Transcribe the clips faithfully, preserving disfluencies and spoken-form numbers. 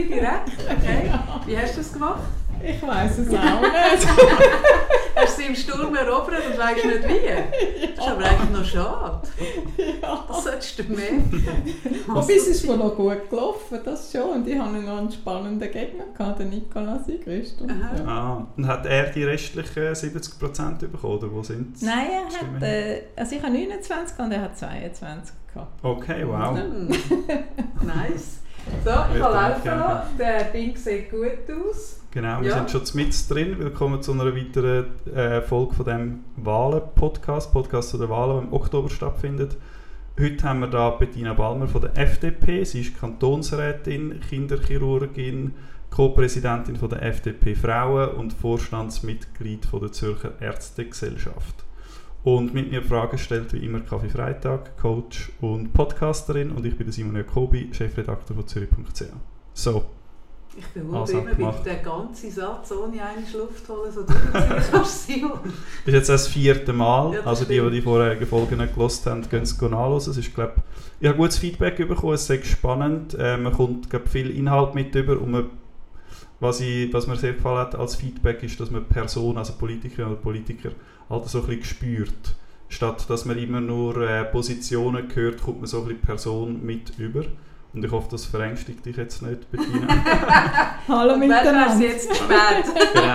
Direkt? Okay. Ja. Wie hast du das gemacht? Ich weiss es auch nicht. Hast du sie im Sturm erobert und weisst nicht wie? Ja. Das ist aber eigentlich noch schade. Ja. Das solltest du mehr. Wobei es ist wohl noch gut gelaufen, das schon. Und ich hatte noch einen spannenden Gegner, gehabt, den Nicolas Sigrist. Und, ja. ah, und hat er die restlichen siebzig Prozent bekommen, oder wo sind sie? Nein, er hat, äh, also ich habe neunundzwanzig und er hat zweiundzwanzig gehabt. Okay, wow. Mm. Nice. So, ich kann laufen. Der Ding sieht gut aus. Genau, wir ja. sind schon mit drin. Willkommen zu einer weiteren äh, Folge von dem Wahlen-Podcast, Podcast zu den Wahlen, die im Oktober stattfindet. Heute haben wir da Bettina Ballmer von der F D P. Sie ist Kantonsrätin, Kinderchirurgin, Co-Präsidentin von der F D P Frauen und Vorstandsmitglied von der Zürcher Ärztegesellschaft. Und mit mir Fragen stellt wie immer Kaffee Freitag, Coach und Podcasterin. Und ich bin der Simon Jacobi, Chefredakteur von Zürich punkt c h. So. Ich bewundere immer, wie du den ganzen Satz ohne eine Luft holen so durchziehen kannst, Simon. Das ist jetzt das vierte Mal. Ja, also die, die die vorherigen Folgen nicht gehört haben, können es nachhören. Es ist, glaub, ich habe gutes Feedback bekommen, es ist spannend. Äh, man kommt glaub, viel Inhalt mit über. Und man, was, ich, was mir sehr gefallen hat als Feedback, ist, dass man Personen, also Politiker oder Politiker, halt so ein bisschen spürt. Statt dass man immer nur äh, Positionen hört, kommt man so ein bisschen Person mit über. Und ich hoffe, das verängstigt dich jetzt nicht, Bettina. Hallo miteinander. Und jetzt spät. Genau.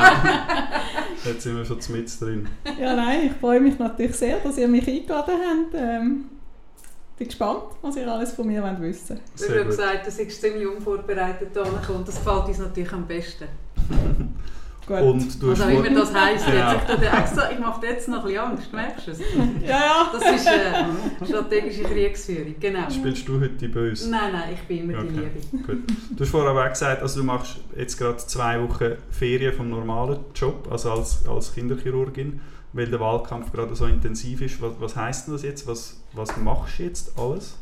Jetzt sind wir schon mit drin. Ja, nein, ich freue mich natürlich sehr, dass ihr mich eingeladen habt. Ähm, bin gespannt, was ihr alles von mir wollt wissen wollt. Du hast gesagt, du bist ziemlich unvorbereitet hergekommen. Das gefällt uns natürlich am besten. Gut. Und du also hast wie immer das heisst, ja. jetzt. Ich, extra, ich mache dir jetzt noch ein bisschen Angst, merkst du es? Ja, ja. Das ist äh, strategische Kriegsführung, genau. Spielst du heute die Böse? Nein, nein, ich bin immer okay. die Liebe. Gut. Du hast vorher auch gesagt, also du machst jetzt gerade zwei Wochen Ferien vom normalen Job, also als, als Kinderchirurgin, weil der Wahlkampf gerade so intensiv ist. Was, was heisst denn das jetzt? Was, was machst du jetzt alles?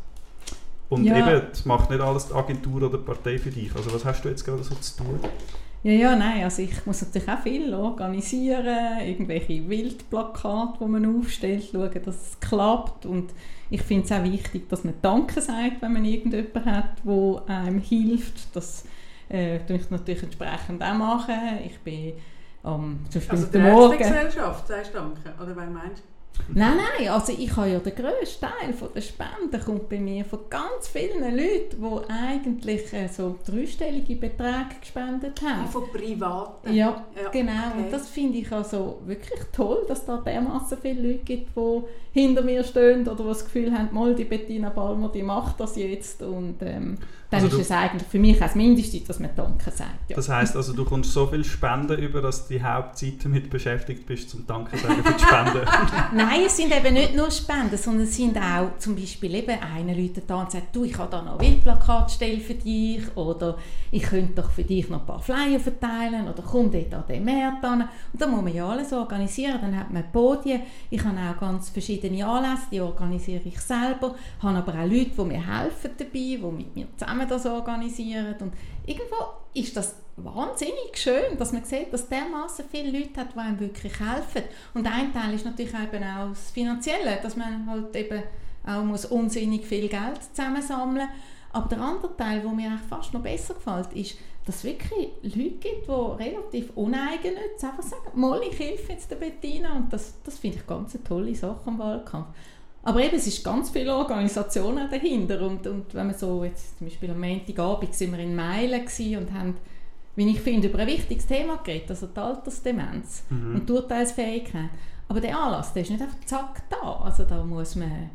Und ja. eben, das macht nicht alles die Agentur oder die Partei für dich. Also was hast du jetzt gerade so zu tun? Ja, ja, nein, also ich muss natürlich auch viel organisieren, irgendwelche Wildplakate, die man aufstellt, schauen, dass es klappt. Und ich finde es auch wichtig, dass man Danke sagt, wenn man irgendjemanden hat, der einem hilft. Das äh, tue ich natürlich entsprechend auch machen. Ich bin ähm, zum Beispiel also der Morgen... Ärztegesellschaft, sagst du Danke? Oder wer meinst du? Nein, nein, also ich habe ja den grössten Teil von der Spenden kommt bei mir von ganz vielen Leuten, die eigentlich äh, so dreistellige Beträge gespendet haben. Von Privaten? Ja, ja, genau. Okay. Und das finde ich also wirklich toll, dass da dermassen viele Leute gibt, die hinter mir stehen oder die das Gefühl haben, mal die Bettina Ballmer, die macht das jetzt. Und ähm, dann also ist es eigentlich für mich das Mindeste, dass man Danke sagt. Ja. Das heisst also, du kommst so viel Spenden über, dass du die Hauptzeit damit beschäftigt bist, zum Danke sagen für die Spenden. Nein, es sind eben nicht nur Spenden, sondern es sind auch zum Beispiel eben einer Leute da und sagt, du, ich habe da noch Wildplakatstelle für dich oder ich könnte doch für dich noch ein paar Flyer verteilen oder komm dort an den Markt an. Und da muss man ja alles organisieren. Dann hat man Podien. Ich habe auch ganz verschiedene Anlässe, die organisiere ich selber. Ich habe aber auch Leute, die mir helfen dabei, die mit mir zusammen das organisieren. Und irgendwo ist das wahnsinnig schön, dass man sieht, dass dermaßen viele Leute hat, die einem wirklich helfen. Und ein Teil ist natürlich eben auch das Finanzielle, dass man halt eben auch muss unsinnig viel Geld zusammensammeln muss. Aber der andere Teil, der mir eigentlich fast noch besser gefällt, ist, dass es wirklich Leute gibt, die relativ uneigennützig einfach sagen, mal, ich helfe jetzt der Bettina. Und das, das finde ich ganz eine tolle Sache am Wahlkampf. Aber eben, es ist ganz viele Organisationen dahinter. Und, und wenn wir so, jetzt zum Beispiel am Montagabend sind wir in Meilen und haben, wie ich finde, über ein wichtiges Thema geredet, also die Altersdemenz mhm. und die Urteilsfähigkeit. Aber der Anlass, der ist nicht einfach zack da. Also da muss man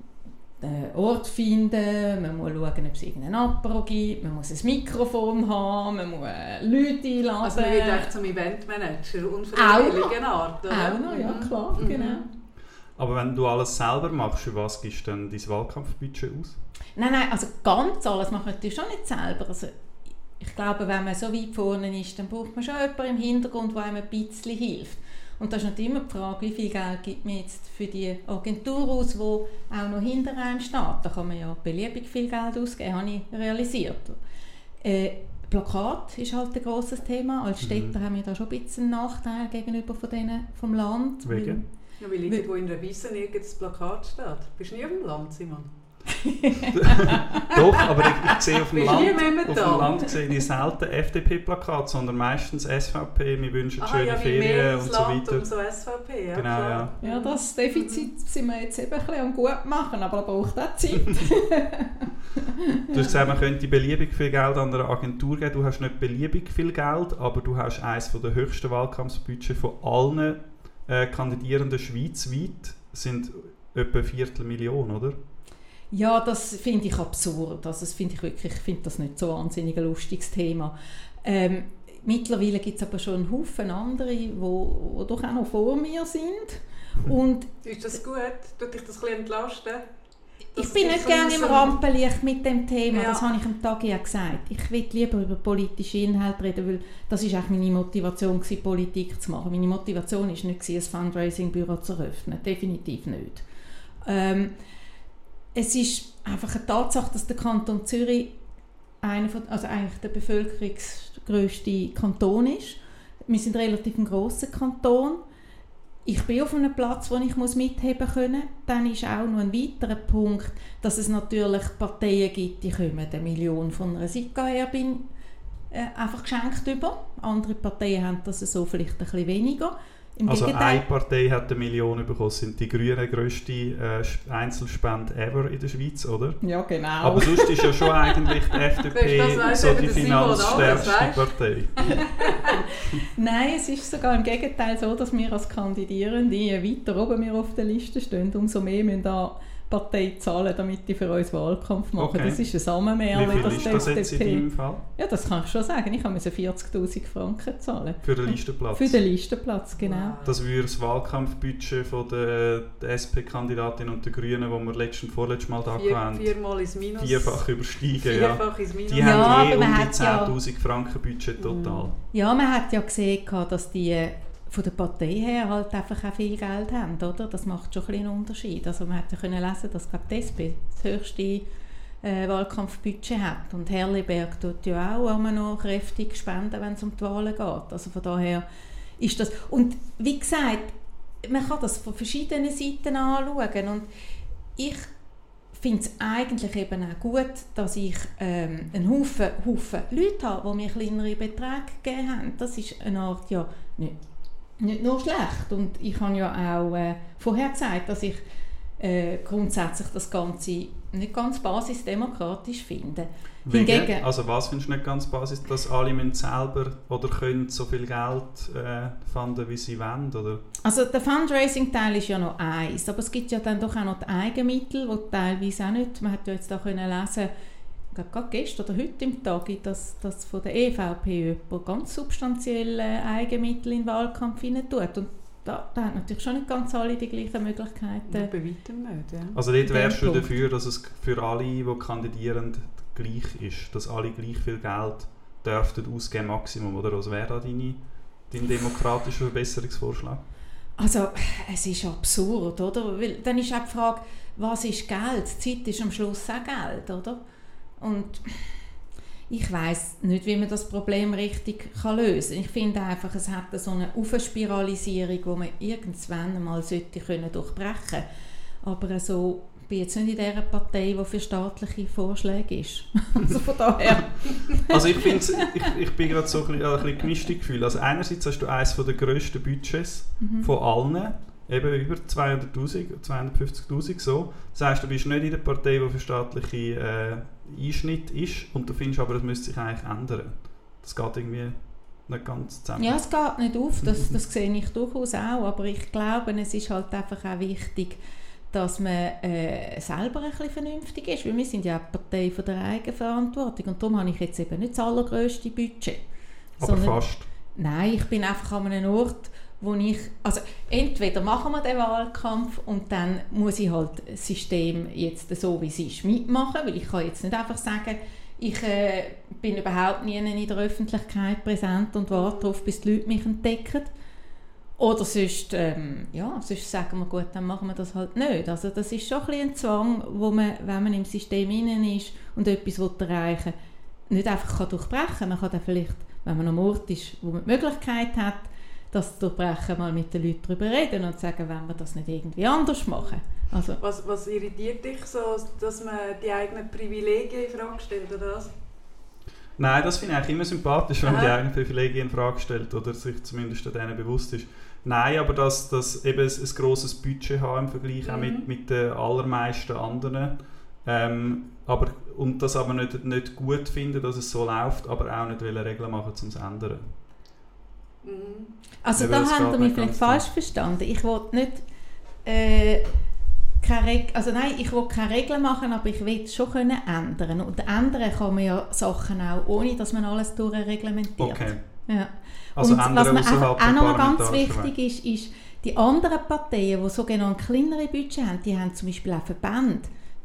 einen Ort finden, man muss schauen, ob es irgendeinen Apero gibt, man muss ein Mikrofon haben, man muss Leute einladen. Also man wird echt zum Eventmanager, unfreiwilligen Art, oder? Auch noch, ja klar, mhm. genau. Aber wenn du alles selber machst, für was gibst du denn dein Wahlkampfbudget aus? Nein, nein, also ganz alles mache ich natürlich schon nicht selber. Also ich glaube, wenn man so weit vorne ist, dann braucht man schon jemanden im Hintergrund, der einem ein bisschen hilft. Und da ist natürlich immer die Frage, wie viel Geld gibt man jetzt für die Agentur aus, die auch noch hinter einem steht. Da kann man ja beliebig viel Geld ausgeben, habe ich realisiert. Äh, Plakat ist halt ein grosses Thema. Als Städter mhm. haben wir da schon ein bisschen einen Nachteil gegenüber von denen vom Land. Wegen? Ja, weil irgendwo in der Wiese nirgends Plakat steht. Bist du nie auf dem Land, Simon? Doch, aber ich, ich sehe auf dem Bist Land, nie mehr auf da? dem Land sehe ich selten F D P-Plakate, sondern meistens S V P, wir wünschen Ah, schöne ja, wie Ferien mehr und das so Land weiter. um so S V P, ja, Genau, klar. ja. Ja, das Defizit sind wir jetzt eben ein bisschen am gut machen, aber da braucht auch Zeit. Du hast gesagt, man könnte beliebig viel Geld an einer Agentur geben. Du hast nicht beliebig viel Geld, aber du hast eines der höchsten Wahlkampfbudgets von allen äh, Kandidierenden schweizweit. Das sind etwa eine Viertelmillion, oder? Ja, das finde ich absurd. Also das finde ich wirklich, ich finde das nicht so wahnsinnig ein lustiges Thema. Ähm, mittlerweile gibt es aber schon einen Haufen andere, die wo, wo doch auch noch vor mir sind. Und Ist das gut? Tut dich das ein bisschen entlasten? Dass ich bin es nicht dich gerne im so- Rampenlicht mit dem Thema, Ja. das habe ich am Tag ja gesagt. Ich will lieber über politische Inhalte reden, weil das ist eigentlich meine Motivation gewesen, Politik zu machen. Meine Motivation war nicht, ein Fundraising-Büro zu eröffnen, definitiv nicht. Ähm, es ist einfach eine Tatsache, dass der Kanton Zürich einer von, also eigentlich der bevölkerungsgrösste Kanton ist. Wir sind relativ ein grosser Kanton. Ich bin auf einem Platz, wo ich mitheben können muss. Dann ist auch noch ein weiterer Punkt, dass es natürlich Parteien gibt, die kommen eine Million von einer Sika-Erbin äh, einfach geschenkt über. Andere Parteien haben das so vielleicht ein bisschen weniger. Im Also Gegenteil. eine Partei hat eine Million bekommen, sind die Grünen grösste äh, Einzelspende ever in der Schweiz, oder? Ja, genau. Aber sonst ist ja schon eigentlich die F D P Das weiss so eben die der Simon alles, finanzstärkste weisst? Partei. Nein, es ist sogar im Gegenteil so, dass wir als Kandidierende, je weiter oben wir auf der Liste stehen, umso mehr müssen da Partei zahlen, damit die für uns Wahlkampf machen. Okay. Das ist ein Samenmärchen, Wie viel ist das jetzt in deinem Fall? Ja, das kann ich schon sagen. Ich musste vierzigtausend Franken zahlen. Für den Listenplatz? Für den Listenplatz, genau. Das würde das Wahlkampfbudget von der, der S P-Kandidatin und der Grünen, die wir letzten und vorletzten Mal da Vier, hatten, viermal ins Minus. vierfach übersteigen. Ja. Vierfach ins Minus. Die Ja, haben je aber man um die hat ja- zehntausend Franken Budget total. Ja, man hat ja gesehen, dass die äh, von der Partei her halt einfach auch viel Geld haben, oder? Das macht schon ein bisschen einen Unterschied. Also man hat ja können lesen, dass glaub, die S P das höchste äh, Wahlkampfbudget hat. Und Herliberg tut ja auch immer noch kräftig spenden, wenn es um die Wahlen geht. Also von daher ist das... Und wie gesagt, man kann das von verschiedenen Seiten anschauen. Und ich finde es eigentlich eben auch gut, dass ich ähm, einen Haufen, Haufen Leute habe, die mir kleinere Beträge gegeben haben. Das ist eine Art, ja, nicht, nicht nur schlecht. Und ich habe ja auch äh, vorher gesagt, dass ich äh, grundsätzlich das Ganze nicht ganz basisdemokratisch finde. Hingegen, Also was findest du nicht ganz basis, dass alle müssen selber oder können so viel Geld äh, fanden, wie sie wollen? Oder? also der Fundraising-Teil ist ja noch eins, aber es gibt ja dann doch auch noch die Eigenmittel, die teilweise auch nicht, man hat ja jetzt da können lesen, gerade gestern oder heute im Tag, dass, dass von der E V P jemand ganz substanzielle Eigenmittel in den Wahlkampf hinein tut. Und da, da haben natürlich schon nicht ganz alle die gleichen Möglichkeiten. Ja, bei weitem nicht, ja. Also dort In wärst dem du Punkt. dafür, dass es für alle, die kandidieren, gleich ist, dass alle gleich viel Geld dürften ausgeben, Maximum, oder? Was wäre da deine, dein demokratischer Verbesserungsvorschlag? Also, es ist absurd, oder? Weil dann ist auch die Frage, was ist Geld? Zeit ist am Schluss auch Geld, oder? Und ich weiss nicht, wie man das Problem richtig kann lösen kann. Ich finde einfach, es hat so eine Aufspiralisierung, die man irgendwann einmal sollte können durchbrechen können. Aber so, ich bin jetzt nicht in dieser Partei, die für staatliche Vorschläge ist. Also von daher. Also ich finde, ich, ich bin gerade so ein bisschen, ein bisschen gemischte Gefühl. Also einerseits hast du eines der grössten Budgets Mhm. von allen, eben über zweihunderttausend, zweihundertfünfzigtausend so. Das heisst, du bist nicht in der Partei, die für staatliche äh, Einschnitt ist, und du findest aber, das müsste sich eigentlich ändern. Das geht irgendwie nicht ganz zusammen. Ja, es geht nicht auf, das, das sehe ich durchaus auch, aber ich glaube, es ist halt einfach auch wichtig, dass man äh, selber ein bisschen vernünftig ist, weil wir sind ja eine Partei von der Eigenverantwortung und darum habe ich jetzt eben nicht das allergrösste Budget. Aber sondern- fast. Nein, ich bin einfach an einem Ort, wo ich, also entweder machen wir den Wahlkampf und dann muss ich halt das System jetzt so, wie es ist, mitmachen, weil ich kann jetzt nicht einfach sagen, ich äh, bin überhaupt nie in der Öffentlichkeit präsent und warte darauf, bis die Leute mich entdecken. Oder sonst, ähm, ja, sonst sagen wir, gut, dann machen wir das halt nicht. Also das ist schon ein bisschen ein Zwang, wo man, wenn man im System innen ist und etwas erreichen will, nicht einfach kann durchbrechen kann. Man kann dann vielleicht, wenn man am Ort ist, wo man die Möglichkeit hat, das durchbrechen, mal mit den Leuten darüber reden und sagen, wenn wir das nicht irgendwie anders machen. Also, was, was irritiert dich so, dass man die eigenen Privilegien in Frage stellt, oder was? Nein, das finde ich eigentlich immer sympathisch, wenn man Aha. die eigenen Privilegien in Frage stellt oder sich zumindest denen bewusst ist. Nein, aber dass, dass eben ein, ein grosses Budget haben im Vergleich Mhm. auch mit, mit den allermeisten anderen. Ähm, aber, und das aber nicht, nicht gut finden, dass es so läuft, aber auch nicht Regeln machen, um es zu ändern. Mhm. also Eben, da das habt geht ihr mich nicht vielleicht ganz falsch verstanden. Ich will nicht äh, keine Reg- also nein, ich will keine Regeln machen, aber ich will es schon können ändern. Und ändern kann man ja Sachen auch, ohne dass man alles durchreglementiert. Okay. Ja. Also und ändern was mir außerhalb einfach der auch noch ganz parlamentarischen wichtig ist, ist, die anderen Parteien, die sogenannte kleinere Budgets haben, die haben zum Beispiel auch Verbände,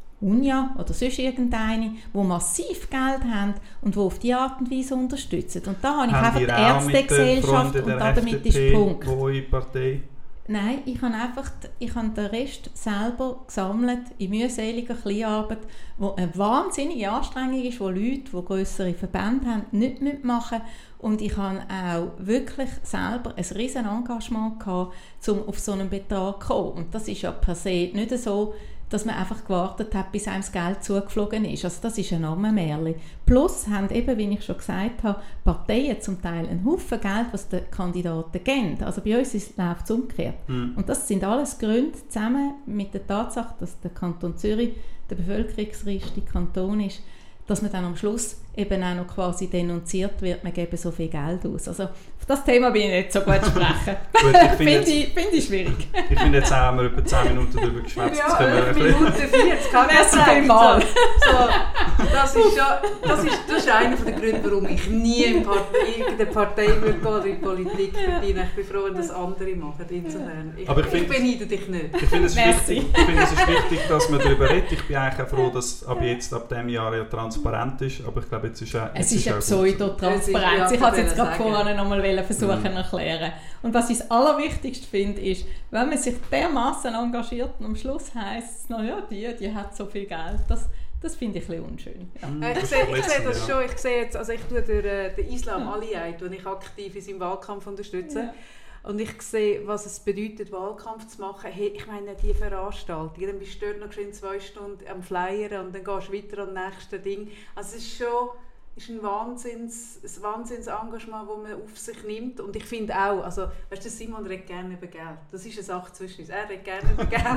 Unia oder sonst irgendeine, die massiv Geld haben und die auf diese Art und Weise unterstützen. Und da habe ich Haben einfach ihr die auch mit den Ärztegesellschaft Freunden und der damit F D P, ist Punkt. wo eure Partei... Nein, ich habe einfach ich habe den Rest selber gesammelt in mühseliger Kleinarbeit, wo eine wahnsinnige Anstrengung ist, wo Leute, die grössere Verbände haben, nicht mitmachen. Und ich habe auch wirklich selber ein riesen Engagement gehabt, um auf so einen Betrag zu kommen. Und das ist ja per se nicht so, dass man einfach gewartet hat, bis einem das Geld zugeflogen ist. Also das ist ein Märchen. Plus haben eben, wie ich schon gesagt habe, Parteien zum Teil einen Haufen Geld, was den Kandidaten geben. Also bei uns läuft es umgekehrt. Mhm. Und das sind alles Gründe, zusammen mit der Tatsache, dass der Kanton Zürich der bevölkerungsreichste Kanton ist, dass man dann am Schluss eben auch noch quasi denunziert wird, man gebe so viel Geld aus. Also auf das Thema bin ich nicht so gut sprechen. Gut, ich finde Finde jetzt, ich, find ich schwierig. ich finde jetzt auch, haben wir etwa zehn Minuten darüber geschwätzt. Jetzt Ja, können wir ein elf bisschen- Minuten vierzig, kann ich Merci sagen. vielmals. So, so, das, ist ja, das, ist, das ist einer der Gründe, warum ich nie in Partei, irgendeine Partei würde gehen oder in Politik verdienen. Ich bin froh, wenn das andere machen. Insofern. Ich, Aber ich ich, finde- beneide dich nicht. Ich finde, es ist Merci. wichtig, ich finde, es ist wichtig, dass man darüber redet. Ich bin eigentlich auch froh, dass ab jetzt, ab diesem Jahr ja transparent ist. Aber ich glaube, jetzt ist auch, Es jetzt ist eine auch gut so. Pseudo-Transparenz. Es ist- Ich habe es ja, jetzt gerade sagen. vorhin noch mal versuchen Mhm. zu erklären. Und was ich das Allerwichtigste finde, ist, wenn man sich dermaßen engagiert und am Schluss heisst es, naja, die, die hat so viel Geld, das, das finde ich ein bisschen unschön. Ja. Mhm, Ich das sehe, ich verletzt sehe das mich, schon. Ich sehe jetzt, also ich tue den, äh, den Islam Ja. Aliyah, den ich aktiv in seinem Wahlkampf unterstütze. Ja. Und ich sehe, was es bedeutet, Wahlkampf zu machen. Hey, ich meine, diese Veranstaltung, dann bist du dort noch schön zwei Stunden am Flyern und dann gehst du weiter am nächsten Ding. Also es ist schon ist ein Wahnsinns, ein Wahnsinns-Engagement, das man auf sich nimmt. Und ich finde auch, also, weißt du, Simon redet gerne über Geld. Das ist eine Sache zwischen uns. Er redet gerne über Geld.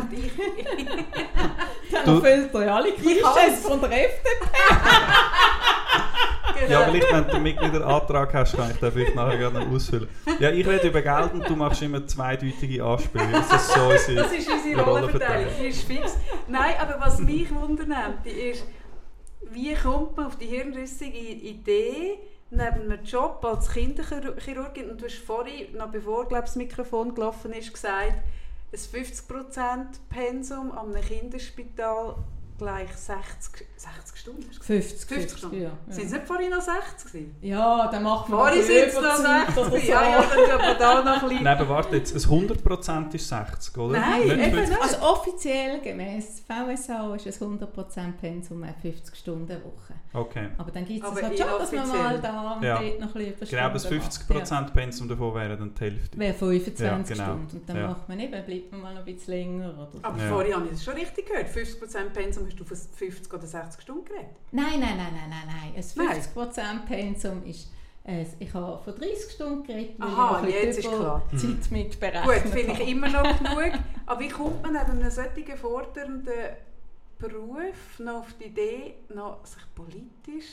Ich, Dann Du- erfüllt er alle Klischees weiß. von der F D P. genau. Ja, vielleicht, wenn du einen Mitgliederantrag hast, kann ich den vielleicht nachher gerne noch ausfüllen. Ja, ich rede über Geld und du machst immer zweideutige Anspielungen. Das ist so unsere, Das ist unsere unsere Rollenverteilung, die ist fix. Nein, aber was mich wundernimmt, ist, wie kommt man auf die hirnrissige Idee, neben einem Job als Kinderchirurgin, und du hast vorhin, noch bevor glaub, das Mikrofon gelaufen ist, gesagt, ein fünfzig Prozent Pensum an einem Kinderspital gleich sechzig, sechzig Stunden. fünfzig, fünfzig Stunden. ja. Sind es nicht vorhin noch sechzig gewesen? Ja, dann macht man Vorhin ein sind bisschen es noch Überzeit oder sechzig. so. Ja, ja, dann tut man da noch ein bisschen... Nein, aber warte jetzt, ein hundert Prozent ist sechzig, oder? Nein, Nicht eben fünfzig. nicht. Also offiziell gemäß V S A ist es hundert Prozent Pensum, eine fünfzig Stunden Woche. Okay. Aber dann gibt es Aber halt schon, dass man mal inoffiziell. da und Ja. dort noch ein bisschen Ich glaube, das Überstunden fünfzig macht. Prozent Pensum davon wäre dann die Hälfte. Ja. Wäre fünfundzwanzig Ja, genau. Stunden. Und dann Ja. macht man eben, bleibt man mal noch ein bisschen länger. Oder so. Aber Ja. vorhin habe ich das schon richtig gehört. fünfzig Prozent Pensum hast du von fünfzig oder sechzig Stunden geredet. Nein, nein, nein, nein, nein, nein. Ein Nein. fünfzig Prozent Pensum ist, äh, ich habe von dreißig Stunden geredet, weil Aha, ich ein bisschen jetzt ist über klar. Zeit mit berechnet Gut, finde ich habe. immer noch genug. Aber wie kommt man neben einem solchen fordernden Beruf noch auf die Idee, noch sich politisch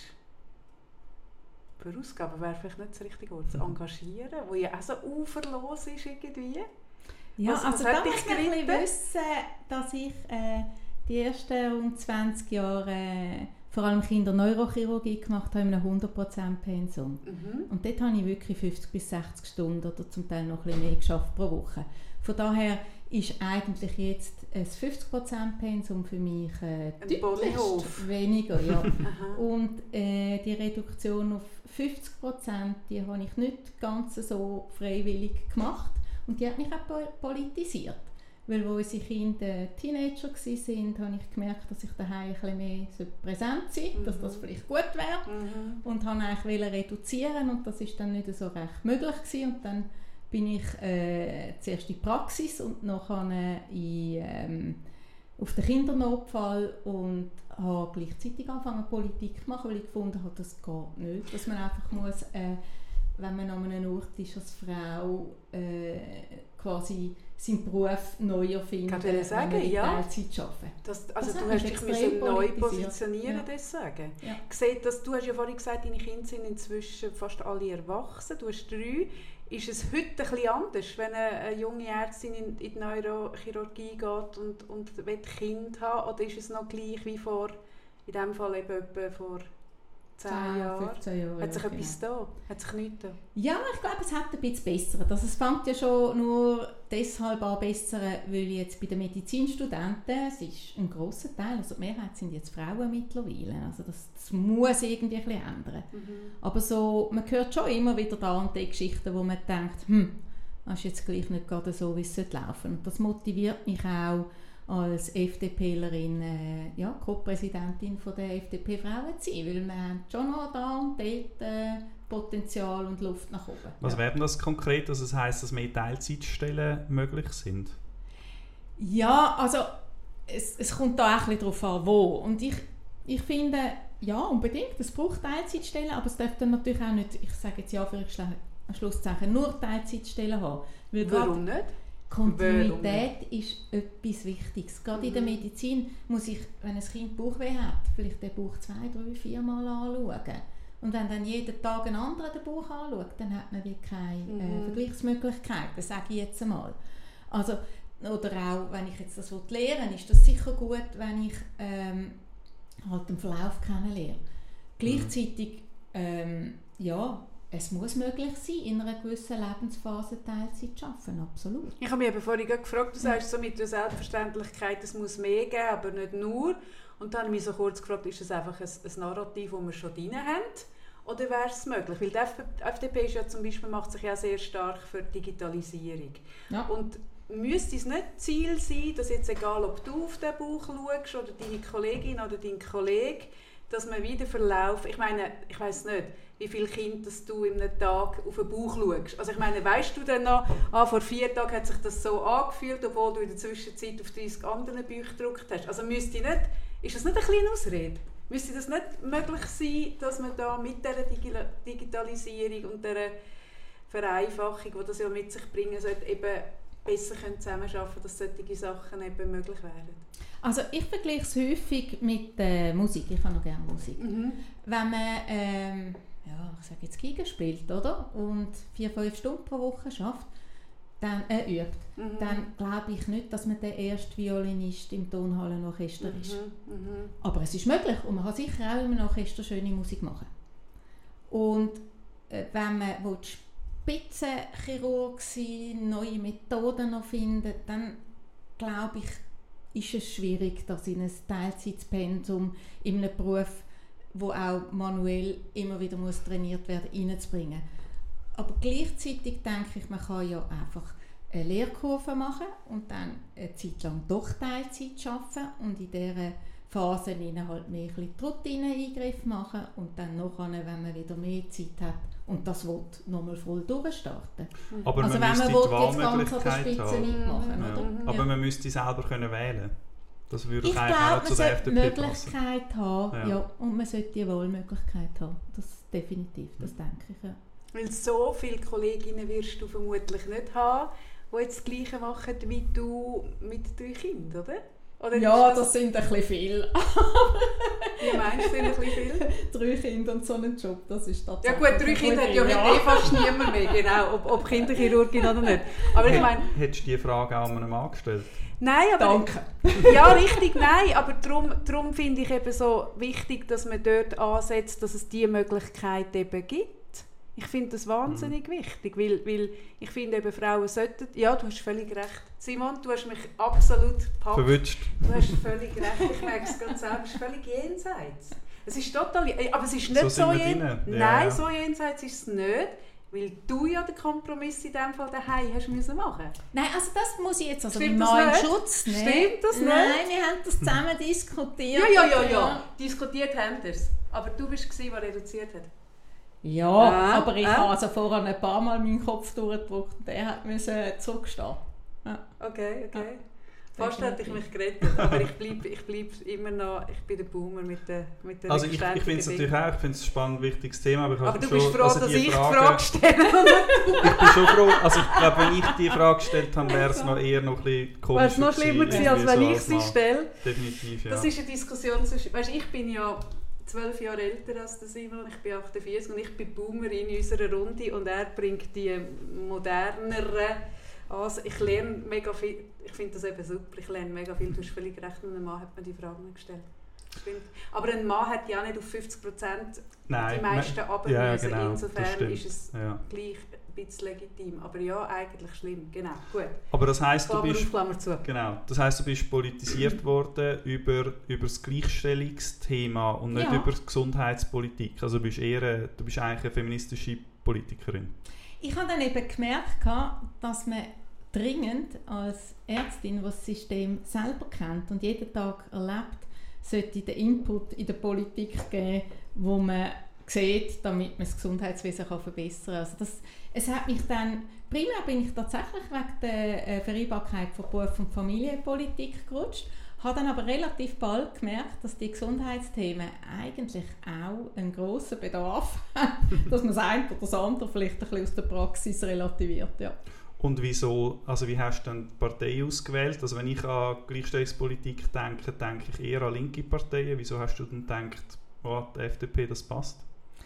verausgaben, wäre vielleicht nicht das richtige Wort, zu engagieren, wo ja auch so uferlos ist irgendwie. Ja, Was- also was da hat muss dich man ein bisschen geritten? wissen, dass ich äh, die ersten rund zwanzig Jahre äh, vor allem Kinderneurochirurgie gemacht habe in einem hundert Prozent Pensum. Mhm. Und dort habe ich wirklich fünfzig bis sechzig Stunden oder zum Teil noch ein bisschen mehr geschafft pro Woche. Von daher ist eigentlich jetzt ein fünfzig Prozent Pensum für mich äh, Ein Ponyhof. deutlich weniger. Ja. Aha. Und äh, die Reduktion auf fünfzig Prozent, die habe ich nicht ganz so freiwillig gemacht. Und die hat mich auch po- politisiert. Weil wo unsere Kinder Teenager waren, habe ich gemerkt, dass ich daheim ein bisschen mehr präsent sein sollte, Mhm. dass das vielleicht gut wäre. Mhm. Und wollte eigentlich reduzieren und das ist dann nicht so recht möglich gewesen. Und dann bin ich äh, zuerst in die Praxis und nachher in, ähm, auf den Kindernotfall und habe gleichzeitig angefangen Politik zu machen, weil ich gefunden habe, das geht nicht, dass man einfach muss, äh, wenn man an einem Ort ist als Frau, äh, quasi seinen Beruf neu erfinden, kann ich sagen, wenn man in ja. Teilzeit arbeiten. Das, also das du hast dich müssen neu positionieren, ja. deswegen. Ja. Sieht, dass, du hast ja vorhin gesagt, deine Kinder sind inzwischen fast alle erwachsen, du hast drei. Ist es heute ein bisschen anders, wenn eine, eine junge Ärztin in, in die Neurochirurgie geht und, und will Kind haben, oder ist es noch gleich wie vor, in diesem Fall eben etwa vor zehn Jahren? fünfzehn Jahre. Hat sich ja, etwas genau. da? Hat sich nichts da? Ja, ich glaube, es hat ein bisschen bessert. Also es fängt ja schon nur deshalb an bessern, weil jetzt bei den Medizinstudenten, es ist ein grosser Teil, also die Mehrheit sind jetzt Frauen mittlerweile, also das, das muss irgendwie ein bisschen ändern. Mhm. Aber so, man hört schon immer wieder da und die Geschichten, wo man denkt, hm, das ist jetzt gleich nicht gerade so, wie es laufen sollte. Und das motiviert mich auch, als FDPlerin, äh, ja, Co-Präsidentin von der F D P Frauen zu sein, weil wir haben schon noch da und dort äh, Potenzial und Luft nach oben. Was ja. wäre denn das konkret, dass es heisst, dass mehr Teilzeitstellen möglich sind? Ja, also es, es kommt da auch ein bisschen darauf an, wo. Und ich, ich finde, ja, unbedingt, es braucht Teilzeitstellen, aber es darf dann natürlich auch nicht, ich sage jetzt ja für ein Schlusszeichen, nur Teilzeitstellen haben. Weil Warum nicht? Kontinuität ist etwas Wichtiges. Gerade mhm. in der Medizin muss ich, wenn ein Kind Bauchweh hat, vielleicht den Bauch zwei, drei, vier Mal anschauen. Und wenn dann jeden Tag ein anderer den Bauch anschaut, dann hat man wie keine mhm. äh, Vergleichsmöglichkeiten, sage ich jetzt einmal. Also, oder auch, wenn ich jetzt das lernen will, ist das sicher gut, wenn ich ähm, halt den Verlauf kennenlerne. Mhm. Gleichzeitig, ähm, ja, es muss möglich sein, in einer gewissen Lebensphase Teilzeit zu arbeiten, absolut. Ich habe mich eben vorhin gefragt, du sagst so mit der Selbstverständlichkeit, es muss mehr geben, aber nicht nur. Und dann habe ich mich so kurz gefragt, ist das einfach ein, ein Narrativ, das wir schon drin haben? Oder wäre es möglich? Weil die F D P ist ja zum Beispiel, macht sich ja sehr stark für Digitalisierung. Ja. Und müsste es nicht Ziel sein, dass jetzt egal, ob du auf den Buch schaust oder deine Kollegin oder dein Kollege, dass man wieder Verlauf, ich meine, ich weiss nicht, wie viele Kinder du in einem Tag auf den Bauch schaust. Also ich meine, weißt du denn noch, ah, vor vier Tagen hat sich das so angefühlt, obwohl du in der Zwischenzeit auf dreißig andere Bücher gedruckt hast. Also müsste nicht, ist das nicht eine kleine Ausrede? Müsste das nicht möglich sein, dass man da mit dieser Digi- Digitalisierung und dieser Vereinfachung, die das ja mit sich bringen sollte, eben besser zusammenarbeiten können, dass solche Sachen eben möglich wären? Also ich vergleiche es häufig mit äh, Musik. Ich habe noch gerne Musik. Mhm. Wenn man, ähm, ja, ich sage jetzt Geige spielt, oder? Und vier, fünf Stunden pro Woche schafft, dann äh, übt, mhm. dann glaube ich nicht, dass man der erste Violinist im Tonhallenorchester mhm. ist. Mhm. Aber es ist möglich und man kann sicher auch in einem Orchester schöne Musik machen. Und äh, wenn man will, Spitzenchirurg sein, neue Methoden noch findet, dann glaube ich, ist es schwierig, das in ein Teilzeitpensum in einem Beruf, wo auch manuell immer wieder muss trainiert werden, reinzubringen. Aber gleichzeitig denke ich, man kann ja einfach eine Lehrkurve machen und dann eine Zeit lang doch Teilzeit arbeiten und in dieser Phase halt mehr ein bisschen die Routine-Eingriffe machen und dann nachher, wenn man wieder mehr Zeit hat und das will, nochmal voll durchstarten. Aber also man wenn man will, jetzt ganz an der Spitze haben. Machen, ja. oder? Aber ja. man müsste selber können wählen. Das würde ich eigentlich glaube, auch zu der F D P passen. Ich glaube, man sollte die Möglichkeit haben, ja. Ja, und man sollte die Wahlmöglichkeit haben. Das definitiv, das mhm. denke ich. Ja. Weil so viele Kolleginnen wirst du vermutlich nicht haben, die jetzt das Gleiche machen wie du mit drei Kindern, oder? Oder ja, das, das sind ein bisschen viel. Wie meinst du, sind ein bisschen viel? Drei Kinder und so einen Job, das ist tatsächlich. Ja gut, drei Kinder hat ja, ja. eh fast niemand mehr, genau, ob, ob Kinderchirurgin oder nicht. Aber ich meine, hättest du diese Frage auch einem Mann gestellt? Nein, aber... Danke. Ja, richtig, nein, aber darum, darum finde ich eben so wichtig, dass man dort ansetzt, dass es diese Möglichkeit eben gibt. Ich finde das wahnsinnig mhm. wichtig, weil, weil ich finde eben, Frauen sollten... Ja, du hast völlig recht. Simon, du hast mich absolut gepackt. Verwünscht. Du hast völlig recht, ich merke es gerade selber, es ist völlig jenseits. Es ist total... Aber es ist nicht so, so jenseits. Nein, ja. so jenseits ist es nicht, weil du ja den Kompromiss in diesem Fall daheim hast müssen machen. Nein, also das muss ich jetzt also Stimmt meinen das Schutz nehmen. Stimmt das nicht? Nein, wir haben das zusammen diskutiert. Ja, ja, ja, ja. Diskutiert haben wir es. Aber du warst es, der reduziert hat. Ja, Ah, aber ich ah. habe also vorher ein paar Mal meinen Kopf durchgedrückt und der hat müssen zurückstehen. Ja. Okay, okay. Ja. Fast hätte ich mich gerettet, aber ich bleibe ich bleib immer noch, ich bin der Boomer mit der mit der Also ich, ich finde es natürlich auch, ich finde es ein spannend, wichtiges Thema. Aber, ich aber du schon, bist froh, also dass die ich Frage, die Frage stelle. Ich bin schon froh, also ich glaube, wenn ich die Frage gestellt habe, wäre es noch eher noch ein bisschen komischer Wäre es noch schlimmer gewesen, als wenn ich sie stelle. Definitiv, ja. Das ist eine Diskussion zwischen, weißt, ich bin ja zwölf Jahre älter als der Simon, ich bin achtundvierzig und ich bin Boomer in unserer Runde und er bringt die moderneren. Also ich lerne mega viel, ich finde das eben super, ich lerne mega viel, du hast völlig recht, und ein Mann hat mir die Frage nicht gestellt. Stimmt. Aber ein Mann hat ja nicht auf fünfzig Prozent die meisten runter ja, müssen, genau, insofern ist es ja. gleich ein bisschen legitim, aber ja, eigentlich schlimm, genau, gut. Aber das heisst, du Klammer bist, auf, Klammer zu. genau, das heisst, du bist politisiert worden über, über das Gleichstellungsthema und nicht Ja. über die Gesundheitspolitik, also du bist eher, du bist eigentlich eine feministische Politikerin. Ich habe dann eben gemerkt, dass man dringend als Ärztin, die das System selber kennt und jeden Tag erlebt, sollte den Input in der Politik geben, wo man sieht, damit man das Gesundheitswesen kann verbessern kann. Also das, es hat mich dann, primär bin ich tatsächlich wegen der äh, Vereinbarkeit von Beruf und Familienpolitik gerutscht, habe dann aber relativ bald gemerkt, dass die Gesundheitsthemen eigentlich auch einen grossen Bedarf haben, dass man das eine oder das andere vielleicht ein bisschen aus der Praxis relativiert. Ja. Und wieso, also wie hast du dann die Partei ausgewählt? Also wenn ich an Gleichstellungspolitik denke, denke ich eher an linke Parteien. Wieso hast du dann gedacht, oh, die F D P, das passt?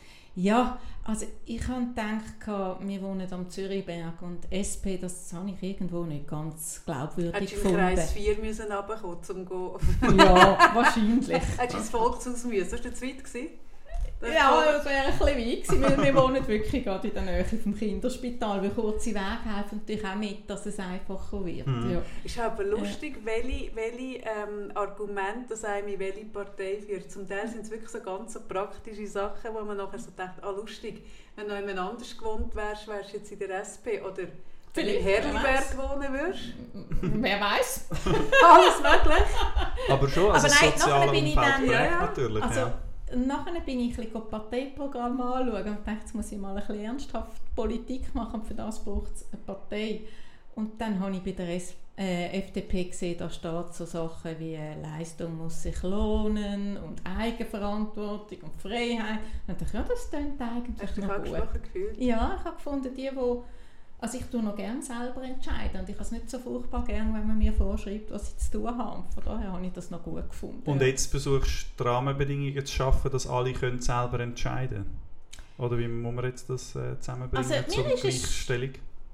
Ja, also ich habe gedacht, wir wohnen am Zürichberg und S P, das habe ich irgendwo nicht ganz glaubwürdig Hättest du in gefunden. Kreis vier müssen runterkommen, um zu gehen? Ja, wahrscheinlich. Hättest du ins Volkshaus müssen? Das war zu weit gewesen? Das Ja, ist das wäre ein bisschen weit gewesen, weil wir wohnen wirklich gerade in der Nähe vom Kinderspital, weil kurze Wege helfen natürlich auch mit, dass es einfacher wird. Mhm. Ja. ist aber lustig, ja. welche, welche ähm, Argumente das einem in welche Partei führt. Zum Teil sind es wirklich so ganz so praktische Sachen, wo man nachher so denkt, ah lustig, wenn du noch jemand anders gewohnt wärst, wärst du jetzt in der S P oder wenn du in Herliberg wohnen würdest. Wer weiß? Alles möglich. Aber schon, also Aber nein, das soziale nachher bin ich Umfeld dann- prägt ja, ja. natürlich. Also, ja. Nachher bin ich ein bisschen Parteiprogramm anschauen und dachte, jetzt muss ich mal ein bisschen ernsthaft Politik machen, für das braucht es eine Partei. Und dann habe ich bei der S- äh, F D P gesehen, da steht so Sachen wie äh, Leistung muss sich lohnen und Eigenverantwortung und Freiheit. Und ich dachte, ja, das klingt eigentlich Hast du dich noch gut. angesprochen gefühlt? Ja, ich habe gefunden, die, die also ich tue noch gerne selber entscheiden und ich habe es nicht so furchtbar gerne, wenn man mir vorschreibt, was ich zu tun habe. Von daher habe ich das noch gut gefunden. Und ja. jetzt versuchst du die Rahmenbedingungen zu schaffen, dass alle können selber entscheiden können? Oder wie muss man jetzt das äh, zusammenbringen Also, zur mir ist es- Gleichstellung?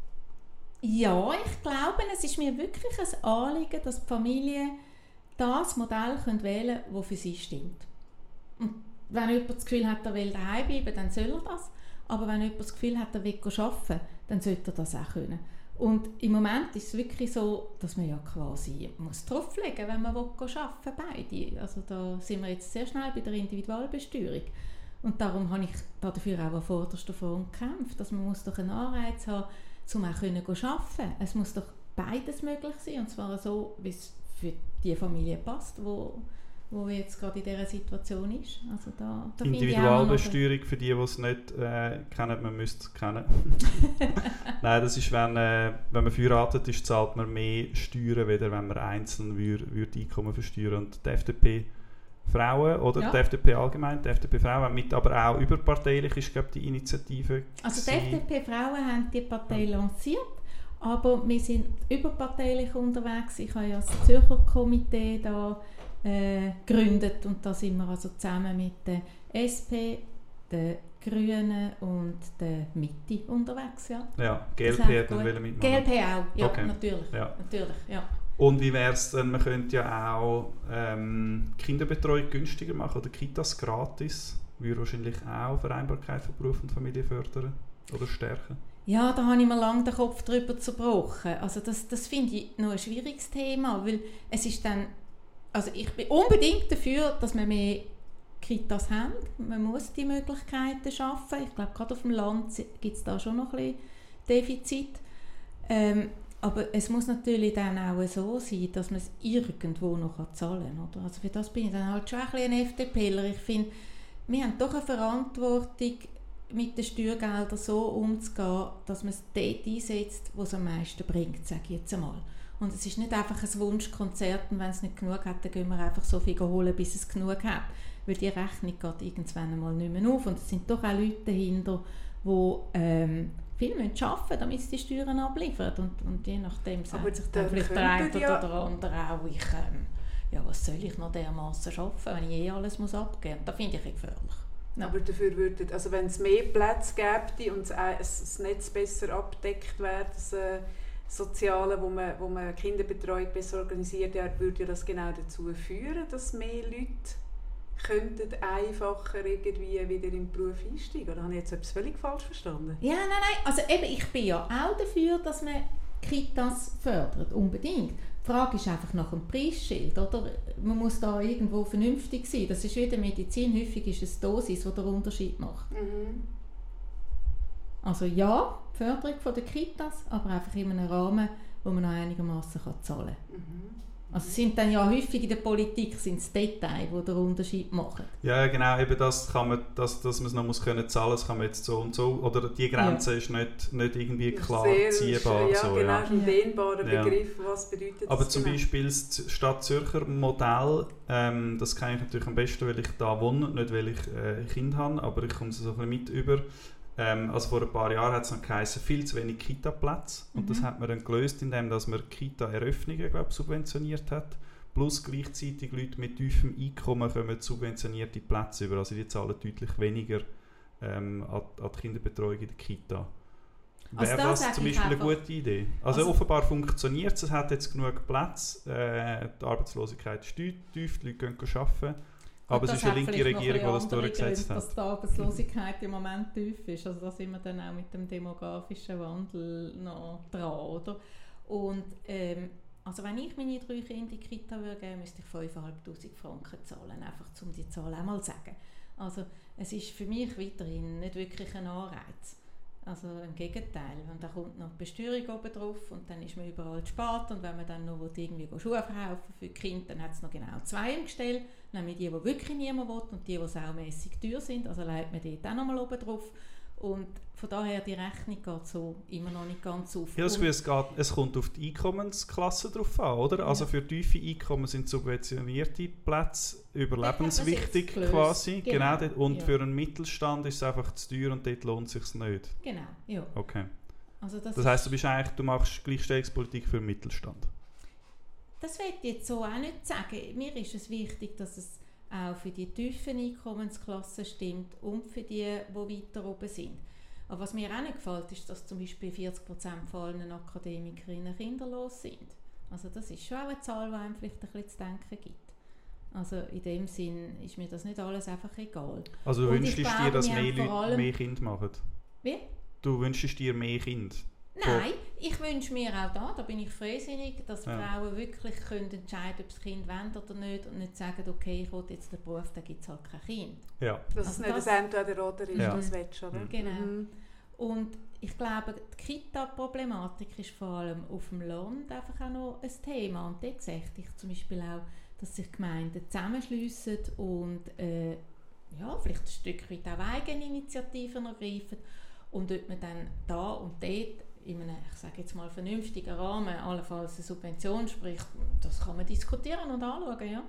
Ja, ich glaube, es ist mir wirklich ein Anliegen, dass die Familie das Modell können wählen können, das für sie stimmt. Und wenn jemand das Gefühl hat, er will daheim bleiben, dann soll er das. Aber wenn jemand das Gefühl hat, er will arbeiten, dann sollte er das auch können. Und im Moment ist es wirklich so, dass man ja quasi muss drauflegen muss, wenn man arbeiten will, beide. Also da sind wir jetzt sehr schnell bei der Individualbesteuerung. Und darum habe ich dafür auch an vorderster Front gekämpft, dass man muss doch einen Anreiz haben, um auch können arbeiten. Es muss doch beides möglich sein, und zwar so, wie es für die Familie passt, wo wo jetzt gerade in dieser Situation ist. Also da, da Individualbesteuerung, für die, die es nicht äh, kennen, man müsste es kennen. Nein, das ist, wenn, äh, wenn man verheiratet ist, zahlt man mehr Steuern, weder wenn man einzeln würde, würde Einkommen versteuern. Und die F D P Frauen oder ja. die F D P allgemein, die F D P Frauen, mit aber auch überparteilich ist, glaube ich, die Initiative. Also die F D P Frauen haben die Partei ja. lanciert, aber wir sind überparteilich unterwegs. Ich habe ja das Zürcher Komitee da äh, gegründet und da sind wir also zusammen mit der S P, der Grünen und der Mitte unterwegs. Ja, ja G L P hat man mitmachen. G L P auch, ja, okay. natürlich. Ja. natürlich ja. Und wie wäre es denn, man könnte ja auch ähm, Kinderbetreuung günstiger machen oder Kitas gratis, würde wahrscheinlich auch Vereinbarkeit von Beruf und Familie fördern oder stärken. Ja, da habe ich mir lange den Kopf drüber zerbrochen. Also das, das finde ich noch ein schwieriges Thema, weil es ist dann, also ich bin unbedingt dafür, dass wir mehr Kitas haben. Man muss die Möglichkeiten schaffen. Ich glaube, gerade auf dem Land gibt es da schon noch ein bisschen Defizit. Ähm, aber es muss natürlich dann auch so sein, dass man es irgendwo noch zahlen kann. Oder? Also für das bin ich dann halt schon ein bisschen ein FDPler. Ich finde, wir haben doch eine Verantwortung, mit den Steuergeldern so umzugehen, dass man es dort einsetzt, wo es am meisten bringt, sage ich jetzt einmal. Und es ist nicht einfach ein Wunschkonzert und wenn es nicht genug hat, dann gehen wir einfach so viel holen, bis es genug hat. Weil die Rechnung geht irgendwann einmal nicht mehr auf und es sind doch auch Leute dahinter, die ähm, viel arbeiten müssen, damit sie die Steuern abliefern. Und, und je nachdem sagt sich dann vielleicht der eine ja oder der andere auch, ich, ähm, ja, was soll ich noch dermassen arbeiten, wenn ich eh alles muss abgeben muss. Das finde ich gefährlich. Ja. Aber dafür würde, also wenn es mehr Plätze gäbe und das Netz besser abdeckt wäre, das äh, Soziale, wo man, wo man Kinderbetreuung besser organisiert, ja, würde das genau dazu führen, dass mehr Leute könnten einfacher irgendwie wieder im Beruf einsteigen. Oder habe ich jetzt etwas völlig falsch verstanden? Ja, nein, nein. Also eben, ich bin ja auch dafür, dass man Kitas fördert, unbedingt. Die Frage ist einfach nach dem Preisschild, oder? Man muss da irgendwo vernünftig sein. Das ist wie in der Medizin, häufig ist es die Dosis, die den Unterschied macht. Mhm. Also ja, die Förderung der Kitas, aber einfach in einem Rahmen, wo man noch einigermaßen zahlen kann. Mhm. Also es sind dann ja häufig in der Politik sind es Details, die den Unterschied machen. Ja, genau, eben das kann man, dass, dass man es noch muss können zahlen, das kann man jetzt so und so, oder die Grenze ja. ist nicht, nicht irgendwie klar Sehr ziehbar. Ja, so, genau, ja. ein dehnbarer ja. Begriff, was bedeutet das? Aber zum genau? Beispiel das Stadt-Zürcher Modell, ähm, das kenne ich natürlich am besten, weil ich da wohne, nicht weil ich äh, Kinder habe, aber ich komme so ein bisschen mit über. Ähm, also vor ein paar Jahren hat es noch geheißen, viel zu wenig Kita-Plätze. Und mhm. das hat man dann gelöst, indem dass man Kita-Eröffnungen glaub, subventioniert hat. Plus gleichzeitig Leute mit tiefem Einkommen kommen subventionierte Plätze über. Also die zahlen deutlich weniger ähm, an, an die Kinderbetreuung in der Kita. Wäre also das, das zum Beispiel eine gute Idee? Also, also offenbar funktioniert es, es hat jetzt genug Platz, äh, die Arbeitslosigkeit ist tief, die Leute gehen arbeiten. Aber es ist eine linke Regierung, die das durchgesetzt hat. Dass die Arbeitslosigkeit im Moment tief ist. Also da sind wir dann auch mit dem demografischen Wandel noch dran, oder? Und ähm, also wenn ich meine drei Kinder in die Kita würde geben, müsste ich fünftausendfünfhundert Franken zahlen, einfach um die Zahl einmal zu sagen. Also es ist für mich weiterhin nicht wirklich ein Anreiz. Also im Gegenteil, und da kommt noch die Besteuerung oben drauf und dann ist man überall zu spät und wenn man dann noch irgendwie Schuhe verkaufen für die Kinder, dann hat es noch genau zwei im Gestell, nämlich die, die wirklich niemand will und die, die saumässig teuer sind, also legt man dort auch noch mal oben drauf und von daher die Rechnung geht so immer noch nicht ganz auf. Ja, es, geht, es kommt auf die Einkommensklasse drauf an, oder? Also ja. Für tiefe Einkommen sind subventionierte Plätze überlebenswichtig quasi. Genau. genau und ja. für einen Mittelstand ist es einfach zu teuer und dort lohnt es sich nicht. Genau, ja. Okay. Also das das heisst, du bist eigentlich, du machst Gleichstellungspolitik für den Mittelstand? Das will ich jetzt so auch nicht sagen. Mir ist es wichtig, dass es auch für die tiefen Einkommensklassen stimmt und für die, die weiter oben sind. Aber was mir auch nicht gefällt, ist, dass zum Beispiel vierzig Prozent von allen Akademikerinnen kinderlos sind. Also das ist schon auch eine Zahl, die einem vielleicht ein bisschen zu denken gibt. Also in dem Sinn ist mir das nicht alles einfach egal. Also du wünschst dir, dass mehr Leute mehr Kinder machen? Wie? Du wünschst dir mehr Kinder? Nein, ich wünsche mir auch da, da bin ich freisinnig, dass ja. Frauen wirklich können entscheiden, ob das Kind wollen oder nicht und nicht sagen, okay, ich will jetzt den Beruf, da gibt es halt kein Kind. Ja. Dass also es nicht das Entweder oder ist, ja. das willst du, oder? Mhm. Genau. Mhm. Und ich glaube, die Kita-Problematik ist vor allem auf dem Land einfach auch noch ein Thema. Und dort sehe ich zum Beispiel auch, dass sich Gemeinden zusammenschliessen und äh, ja, vielleicht ein Stück weit auch Eigeninitiativen ergreifen und ob man dann da und dort in einem, ich sage jetzt mal, vernünftigen Rahmen allenfalls eine Subvention spricht, das kann man diskutieren und anschauen, ja.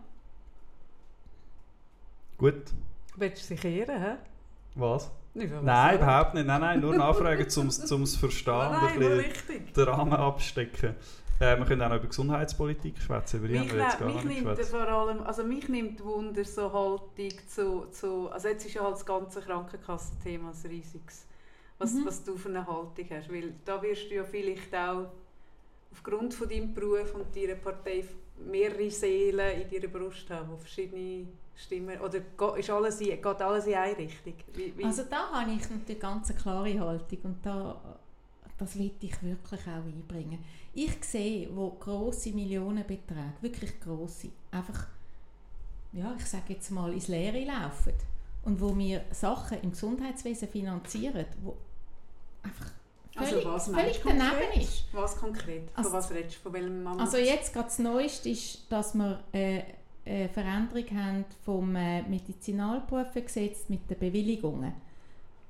Gut. Willst du dich ehren, hä? Was? Nicht, was nein, überhaupt nicht. Nein, nein, nur nachfragen, um es verstehen und ein bisschen den Rahmen abstecken. Äh, wir können auch noch über Gesundheitspolitik schwätzen, über die haben wir jetzt gar nicht geschwätzt. Vor allem, also mich nimmt Wunder so Haltung zu, zu, also jetzt ist ja halt das ganze Krankenkassenthema ein riesiges. Was, mhm. was du für eine Haltung hast. Weil da wirst du ja vielleicht auch aufgrund von deinem Beruf und deiner Partei mehrere Seelen in deiner Brust haben, die verschiedene Stimmen... Oder ist alles in, geht alles in eine Richtung? Wie, wie? Also da habe ich natürlich ganz eine klare Haltung und da, das will ich wirklich auch einbringen. Ich sehe, wo grosse Millionenbeträge, wirklich grosse, einfach, ja, ich sage jetzt mal, ins Leere laufen. Und wo wir Sachen im Gesundheitswesen finanzieren, wo einfach völlig, also was völlig daneben ist. Was konkret? Von also, was redest du? Von welchem Mann? Also jetzt gerade das Neueste ist, dass wir äh, eine Veränderung haben vom äh, Medizinalberufsgesetz mit den Bewilligungen.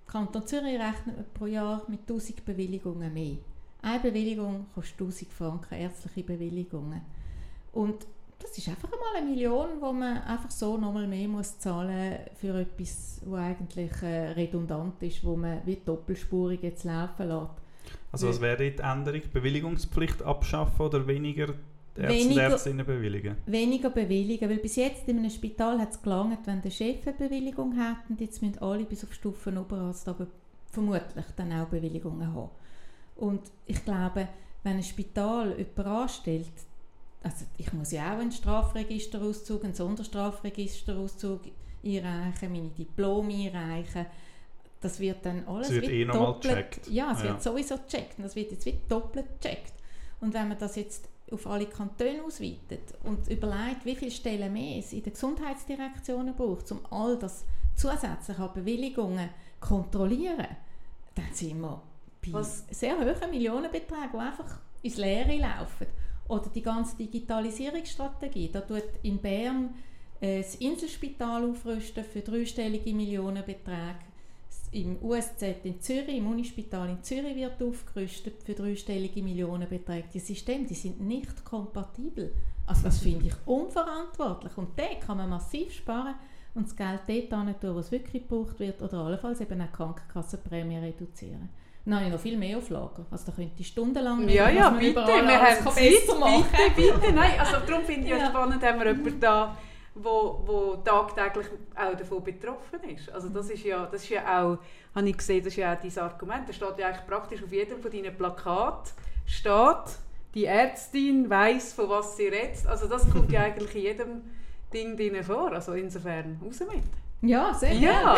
Kanton Zürich rechnet pro Jahr mit tausend Bewilligungen mehr. Eine Bewilligung kostet tausend Franken, ärztliche Bewilligungen. Und das ist einfach einmal eine Million, wo man einfach so nochmal mehr muss zahlen für etwas, was eigentlich äh, redundant ist, wo man wie doppelspurig jetzt laufen lässt. Also was wäre die Änderung? Bewilligungspflicht abschaffen oder weniger Ärzte weniger, und Ärztinnen bewilligen? Weniger bewilligen, weil bis jetzt in einem Spital hat es gelangt, wenn der Chef eine Bewilligung hat, und jetzt müssen alle bis auf Stufen Oberarzt aber vermutlich dann auch Bewilligungen haben. Und ich glaube, wenn ein Spital jemanden anstellt, also ich muss ja auch einen Strafregisterauszug, einen Sonderstrafregisterauszug einreichen, meine Diplome einreichen. Das wird dann alles das wird eh nochmal gecheckt. Ja, es ja. wird sowieso gecheckt. Das wird jetzt wieder doppelt gecheckt. Und wenn man das jetzt auf alle Kantone ausweitet und überlegt, wie viele Stellen mehr es in den Gesundheitsdirektionen braucht, um all das zusätzlich an Bewilligungen zu kontrollieren, dann sind wir bei Was? sehr hohen Millionenbeträgen, die einfach ins Leere laufen. Oder die ganze Digitalisierungsstrategie. Da tut in Bern äh, das Inselspital aufrüsten für dreistellige Millionenbeträge. Im U S Z in Zürich, im Unispital in Zürich wird aufgerüstet für dreistellige Millionenbeträge. Die Systeme, die sind nicht kompatibel. Also das finde ich unverantwortlich. Und da kann man massiv sparen und das Geld dort hin tun, was wirklich gebraucht wird, oder allenfalls eben auch Krankenkassenprämie reduzieren. Dann habe ich noch viel mehr auf Lager. Also da könnte ich stundenlang Ja, ja, bitte, wir haben Zeit, bitte, bitte. Nein, also darum finde ich ja spannend, haben wir jemanden da, wo, wo tagtäglich auch davon betroffen ist. Also das ist ja, das ist ja auch, habe ich gesehen, das ist ja auch dein Argument. Da steht ja eigentlich praktisch auf jedem von deinen Plakaten, steht, die Ärztin weiss, von was sie redet. Also das kommt ja eigentlich in jedem Ding drin vor. Also insofern, raus mit. Ja, sehr ja. gerne.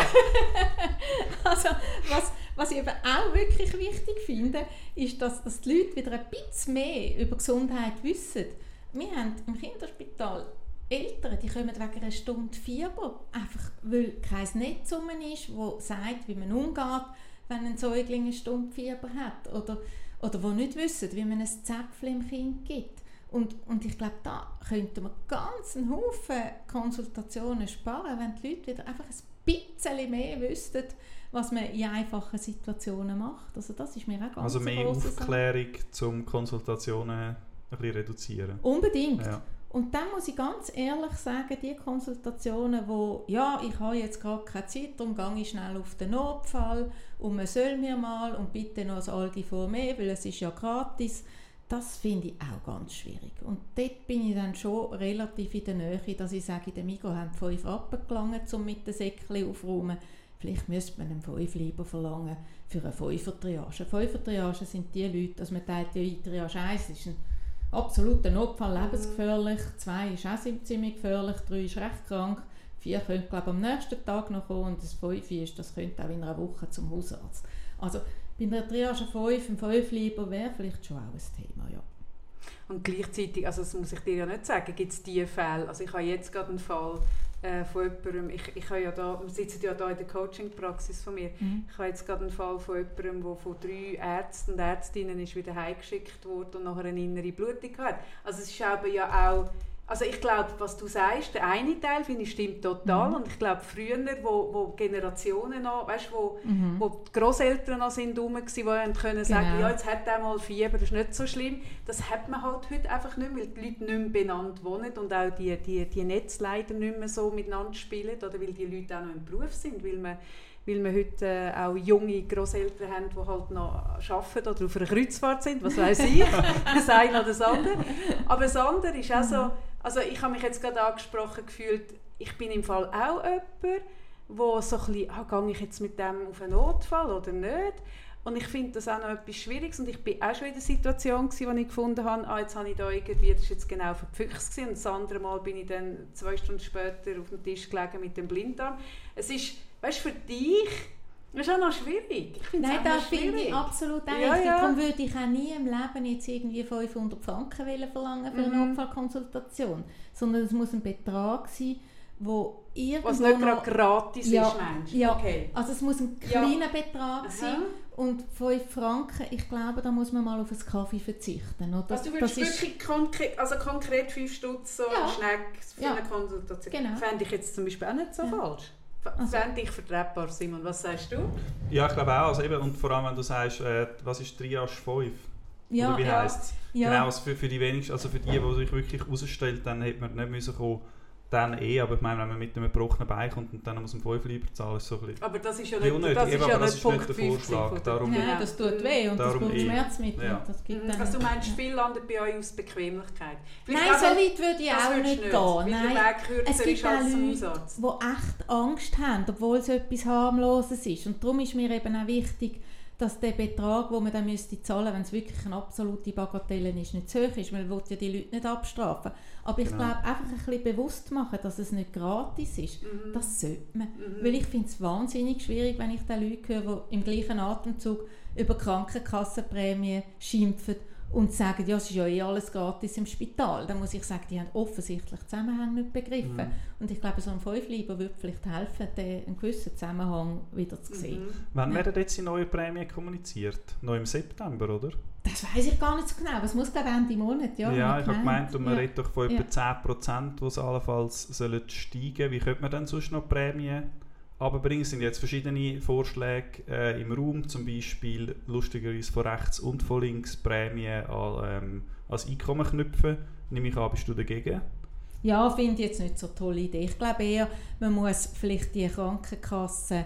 Also, was, was ich eben auch wirklich wichtig finde, ist, dass, dass die Leute wieder ein bisschen mehr über Gesundheit wissen. Wir haben im Kinderspital Eltern, die kommen wegen einer Stunde Fieber, einfach weil kein Netz rum ist, das sagt, wie man umgeht, wenn ein Säugling eine Stunde Fieber hat. Oder, oder die nicht wissen, wie man ein Zäpfchen im Kind gibt. Und, und ich glaube, da könnte man ganz einen Haufen Konsultationen sparen, wenn die Leute wieder einfach ein bisschen mehr wüssten, was man in einfachen Situationen macht. Also das ist mir auch ganz Also mehr Aufklärung, um Konsultationen ein bisschen reduzieren. Unbedingt. Ja. Und dann muss ich ganz ehrlich sagen, die Konsultationen, wo ja, ich habe jetzt gerade keine Zeit, darum gehe ich schnell auf den Notfall und man soll mir mal und bitte noch das Algifor mehr, weil es ist ja gratis. Das finde ich auch ganz schwierig. Und dort bin ich dann schon relativ in der Nähe, dass ich sage, in der Migros haben fünf Rappen gelangt, um mit den Säckchen aufzuräumen. Vielleicht müsste man einen fünf lieber verlangen für eine Fünfer-Triage. Eine Fünfer-Triage sind die Leute, also man teilt ja in Triage eins, ist ein absoluter Notfall, lebensgefährlich, zwei ist auch ziemlich gefährlich, drei ist recht krank, vier könnte glaube ich, am nächsten Tag noch kommen und das fünf ist, das könnte auch in einer Woche zum Hausarzt. Also bei einer Triage fünf, ein fünf lieber wäre vielleicht schon auch ein Thema, ja. Und gleichzeitig, also das muss ich dir ja nicht sagen, gibt es diese Fälle, also ich habe jetzt gerade einen Fall äh, von jemandem, ich, ich habe ja da, wir sitzen ja da in der Coaching-Praxis von mir, mhm. ich habe jetzt gerade einen Fall von jemandem, der von drei Ärzten und Ärztinnen ist wieder heimgeschickt wurde und nachher eine innere Blutung hat. Also es ist aber ja auch, also ich glaube, was du sagst, der eine Teil finde ich stimmt total, mhm. und ich glaube früher, wo, wo Generationen noch, weißt, wo, mhm. wo die Grosseltern noch sind rum waren, die können genau. sagen, ja jetzt hat er mal Fieber, das ist nicht so schlimm, das hat man halt heute einfach nicht mehr, weil die Leute nicht mehr benannt wohnen und auch die, die, die Netze leider nicht mehr so miteinander spielen, oder weil die Leute auch noch im Beruf sind, weil man weil wir heute äh, auch junge Grosseltern haben, die halt noch arbeiten oder auf einer Kreuzfahrt sind, was weiß ich, das eine oder das andere. Aber das andere ist auch so, also ich habe mich jetzt gerade angesprochen gefühlt, ich bin im Fall auch jemand, wo so ein bisschen, ah, gehe ich jetzt mit dem auf einen Notfall oder nicht? Und ich finde das auch noch etwas Schwieriges und ich bin auch schon in der Situation gewesen, wo ich gefunden habe, ah, jetzt habe ich da irgendwie, das war jetzt genau für die Füchse gewesen, und das andere Mal bin ich dann zwei Stunden später auf dem Tisch gelegen mit dem Blinddarm. Es ist, weißt du, für dich, das ist auch noch schwierig. Ich Nein, das finde ich absolut auch ja, richtig. Ja. Darum würde ich auch nie im Leben jetzt irgendwie fünfhundert Franken verlangen für eine mhm. Notfallkonsultation, sondern es muss ein Betrag sein, wo irgendwo was nicht noch, gerade gratis ja, ist, Mensch. Ja, okay. also es muss ein kleiner ja. Betrag Aha. sein und fünf Franken, ich glaube, da muss man mal auf einen Kaffee verzichten. Oder? Also du würdest das wirklich konkret, also konkret fünf Stutz so ja. Schneck für ja. eine Konsultation. Genau. Fände ich jetzt zum Beispiel auch nicht so ja. falsch. Also. Fände ich vertretbar, Simon. Was sagst du? Ja, ich glaube auch. Also eben, und vor allem, wenn du sagst, äh, was ist Triage fünf? Ja, Oder wie ja, heisst es? ja. Genau, also für, für die wenigsten, also für die, die sich wirklich herausstellt, dann hätte man nicht müssen kommen, dann eh, aber ich meine, wenn man mit einem gebrochenen Bein kommt und dann muss man fünf Lieber zahlen, ist so ein bisschen... Aber das ist ja nicht, nicht, das ist ja das nicht ist Punkt nicht der Vorschlag. Darum, Nein, das tut weh und Darum das braucht eh. Schmerzmittel. Ja. Das gibt Mhm. dann Also du nicht. meinst, viel landet bei euch aus Bequemlichkeit? Nein, Vielleicht so auch weit würde ich das auch würdest nicht du gehen. weil Nein. der Weg kürzer Es gibt ist als auch zum Leute, Hausarzt. die echt Angst haben, obwohl es etwas Harmloses ist. Und darum ist mir eben auch wichtig, dass der Betrag, den man dann müsste zahlen, wenn es wirklich eine absolute Bagatelle ist, nicht zu hoch ist. Man will ja die Leute nicht abstrafen. Aber ich Genau. glaube, einfach ein bisschen bewusst machen, dass es nicht gratis ist, Mhm. das sollte man. Mhm. Weil ich finde es wahnsinnig schwierig, wenn ich da Leute höre, die im gleichen Atemzug über Krankenkassenprämien schimpfen und sagen, ja, es ist ja eh alles gratis im Spital. Dann muss ich sagen, die haben offensichtlich den Zusammenhang nicht begriffen. Mhm. Und ich glaube, so ein Fünfleiber würde vielleicht helfen, den, einen gewissen Zusammenhang wieder zu sehen. Mhm. Wann Ja. werden jetzt die neuen Prämien kommuniziert? Noch im September, oder? Das weiss ich gar nicht so genau, aber es muss glaube ich Ende Monat, ja. Ja, ich habe gemeint, und man ja. redet doch von etwa Ja. zehn Prozent, die es allenfalls sollen steigen. Wie könnte man dann sonst noch Prämien runterbringen? Es sind jetzt verschiedene Vorschläge äh, im Raum, zum Beispiel lustigerweise von rechts und von links Prämien an, ähm, als Einkommen knüpfen. Nehme ich an, bist du dagegen? Ja, finde ich jetzt nicht so eine tolle Idee. Ich glaube eher, man muss vielleicht die Krankenkassen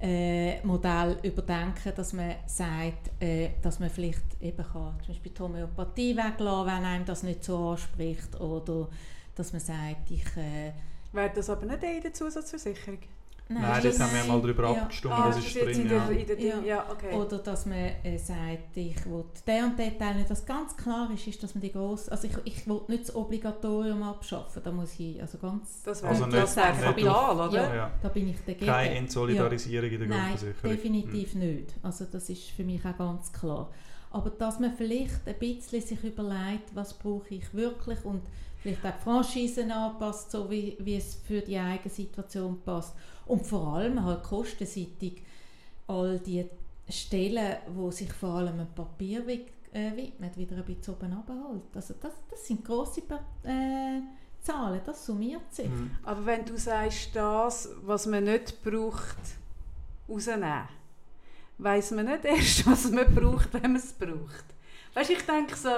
äh, Modell überdenken, dass man sagt, äh, dass man vielleicht eben kann, zum Beispiel die Homöopathie weglassen, wenn einem das nicht so anspricht, oder dass man sagt, ich... Äh, Wäre das aber nicht in der Zusatzversicherung? Nein, Nein, das- das haben wir mal darüber ja. abgestimmt, Ah, das das ist ist jetzt drin. in der, Ja. in der Ja. Ding, ja, okay. Oder dass man äh, sagt, ich will den und den Teil nicht. Was ganz klar ist, ist, dass man die grosse... Also ich, ich will nicht das Obligatorium abschaffen, da muss ich also ganz... Das wäre Also das nicht- wäre nicht fatal, oder? Ja, Ja. da bin ich dagegen. Keine Entsolidarisierung in der Nein, Grundversicherung. definitiv nicht. Also das ist für mich auch ganz klar. Aber dass man vielleicht ein bisschen sich überlegt, was brauche ich wirklich und vielleicht auch die Franchisen anpasst, so wie, wie es für die eigene Situation passt. Und vor allem halt kostenseitig all die Stellen, wo sich vor allem ein Papier wi- äh, widmet, wieder ein bisschen oben runterholt. Also das, das sind grosse äh, Zahlen, das summiert sich. Mhm. Aber wenn du sagst, das, was man nicht braucht, rausnehmen, weiss man nicht erst, was man braucht, wenn man es braucht. Weißt du, ich denke so...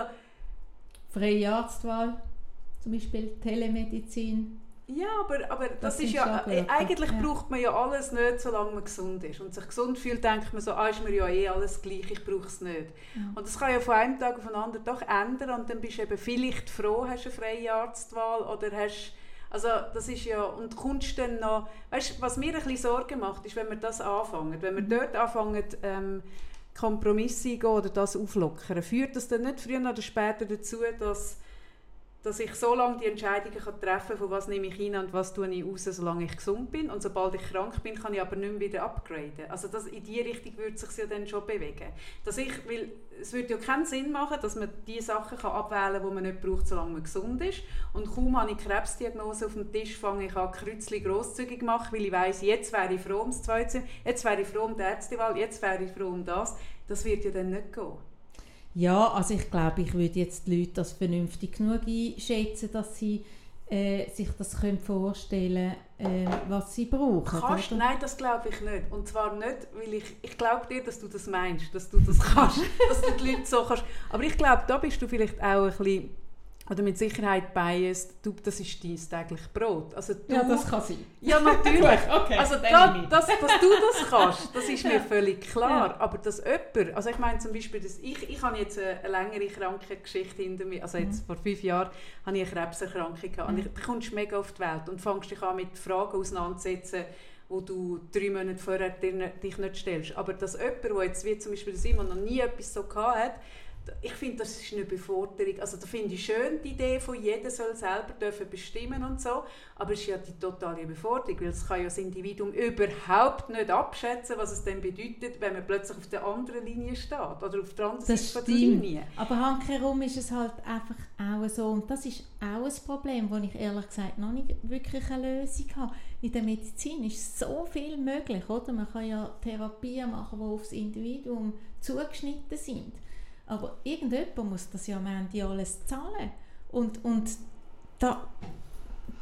Freie Arztwahl, zum Beispiel Telemedizin. Ja, aber, aber das, Das ist sind ja... Schlagwörter, Äh, eigentlich ja. braucht man ja alles nicht, solange man gesund ist. Und sich gesund fühlt, denkt man so, ah, ist mir ja eh alles gleich, ich brauche es nicht. Ja. Und das kann ja von einem Tag auf den anderen doch ändern und dann bist du eben vielleicht froh, hast eine freie Arztwahl oder hast... Also das ist ja... Und kommst dann noch... Weißt du, was mir ein bisschen Sorgen macht, ist, wenn wir das anfangen. Wenn wir dort anfangen, ähm, Kompromisse eingehen oder das auflockern, führt das dann nicht früher oder später dazu, dass... dass ich so lange die Entscheidungen kann treffen kann, von was nehme ich rein und was tue ich raus, solange ich gesund bin. Und sobald ich krank bin, kann ich aber nicht mehr wieder upgraden. Also das, in diese Richtung würde es sich ja dann schon bewegen. Dass ich, weil es würde ja keinen Sinn machen, dass man die Sachen kann abwählen kann, die man nicht braucht, solange man gesund ist. Und kaum habe ich Krebsdiagnose auf dem Tisch, fange ich an, Kreuzchen grosszügig machen, weil ich weiss, jetzt wäre ich froh um das Zweite, jetzt wäre ich froh um die Ärztewahl, jetzt wäre ich froh um das. Das wird ja dann nicht gehen. Ja, also ich glaube, ich würde jetzt die Leute das vernünftig genug einschätzen, dass sie äh, sich das können vorstellen können, äh, was sie brauchen. Kannst? Oder? Nein, das glaube ich nicht. Und zwar nicht, weil ich, ich glaube dir, dass du das meinst, dass du das kannst, dass du die Leute so kannst. Aber ich glaube, da bist du vielleicht auch ein bisschen, oder mit Sicherheit biased, du, das ist dein täglich Brot. Also du, Ja, das kann sein. Ja, natürlich. Okay, also dann da, nehme ich. dass, dass du das kannst, das ist mir Ja. völlig klar. Ja. Aber dass jemand, also ich meine zum Beispiel, dass ich, ich habe jetzt eine, eine längere Krankengeschichte hinter mir, also jetzt Mhm. vor fünf Jahren habe ich eine Krebserkrankung gehabt. Und Mhm. ich, du kommst mega auf die Welt und fängst dich an mit Fragen auseinanderzusetzen, wo du drei Monate vorher dir, dich nicht stellst. Aber dass jemand, der jetzt wie zum Beispiel Simon noch nie etwas so gehabt hat, ich finde, das ist eine Beforderung. Also da finde ich schön die Idee von jeder soll selber dürfen bestimmen und so, aber es ist ja die totale Überforderung, weil es kann ja das Individuum überhaupt nicht abschätzen, was es dann bedeutet, wenn man plötzlich auf der anderen Linie steht oder auf der anderen Das Seite der stimmt. Linie. Aber handherum ist es halt einfach auch so, und das ist auch ein Problem, wo ich ehrlich gesagt noch nicht wirklich eine Lösung habe. In der Medizin ist so viel möglich, oder? Man kann ja Therapien machen, die aufs Individuum zugeschnitten sind. Aber irgendjemand muss das ja am Ende alles zahlen. Und, und da,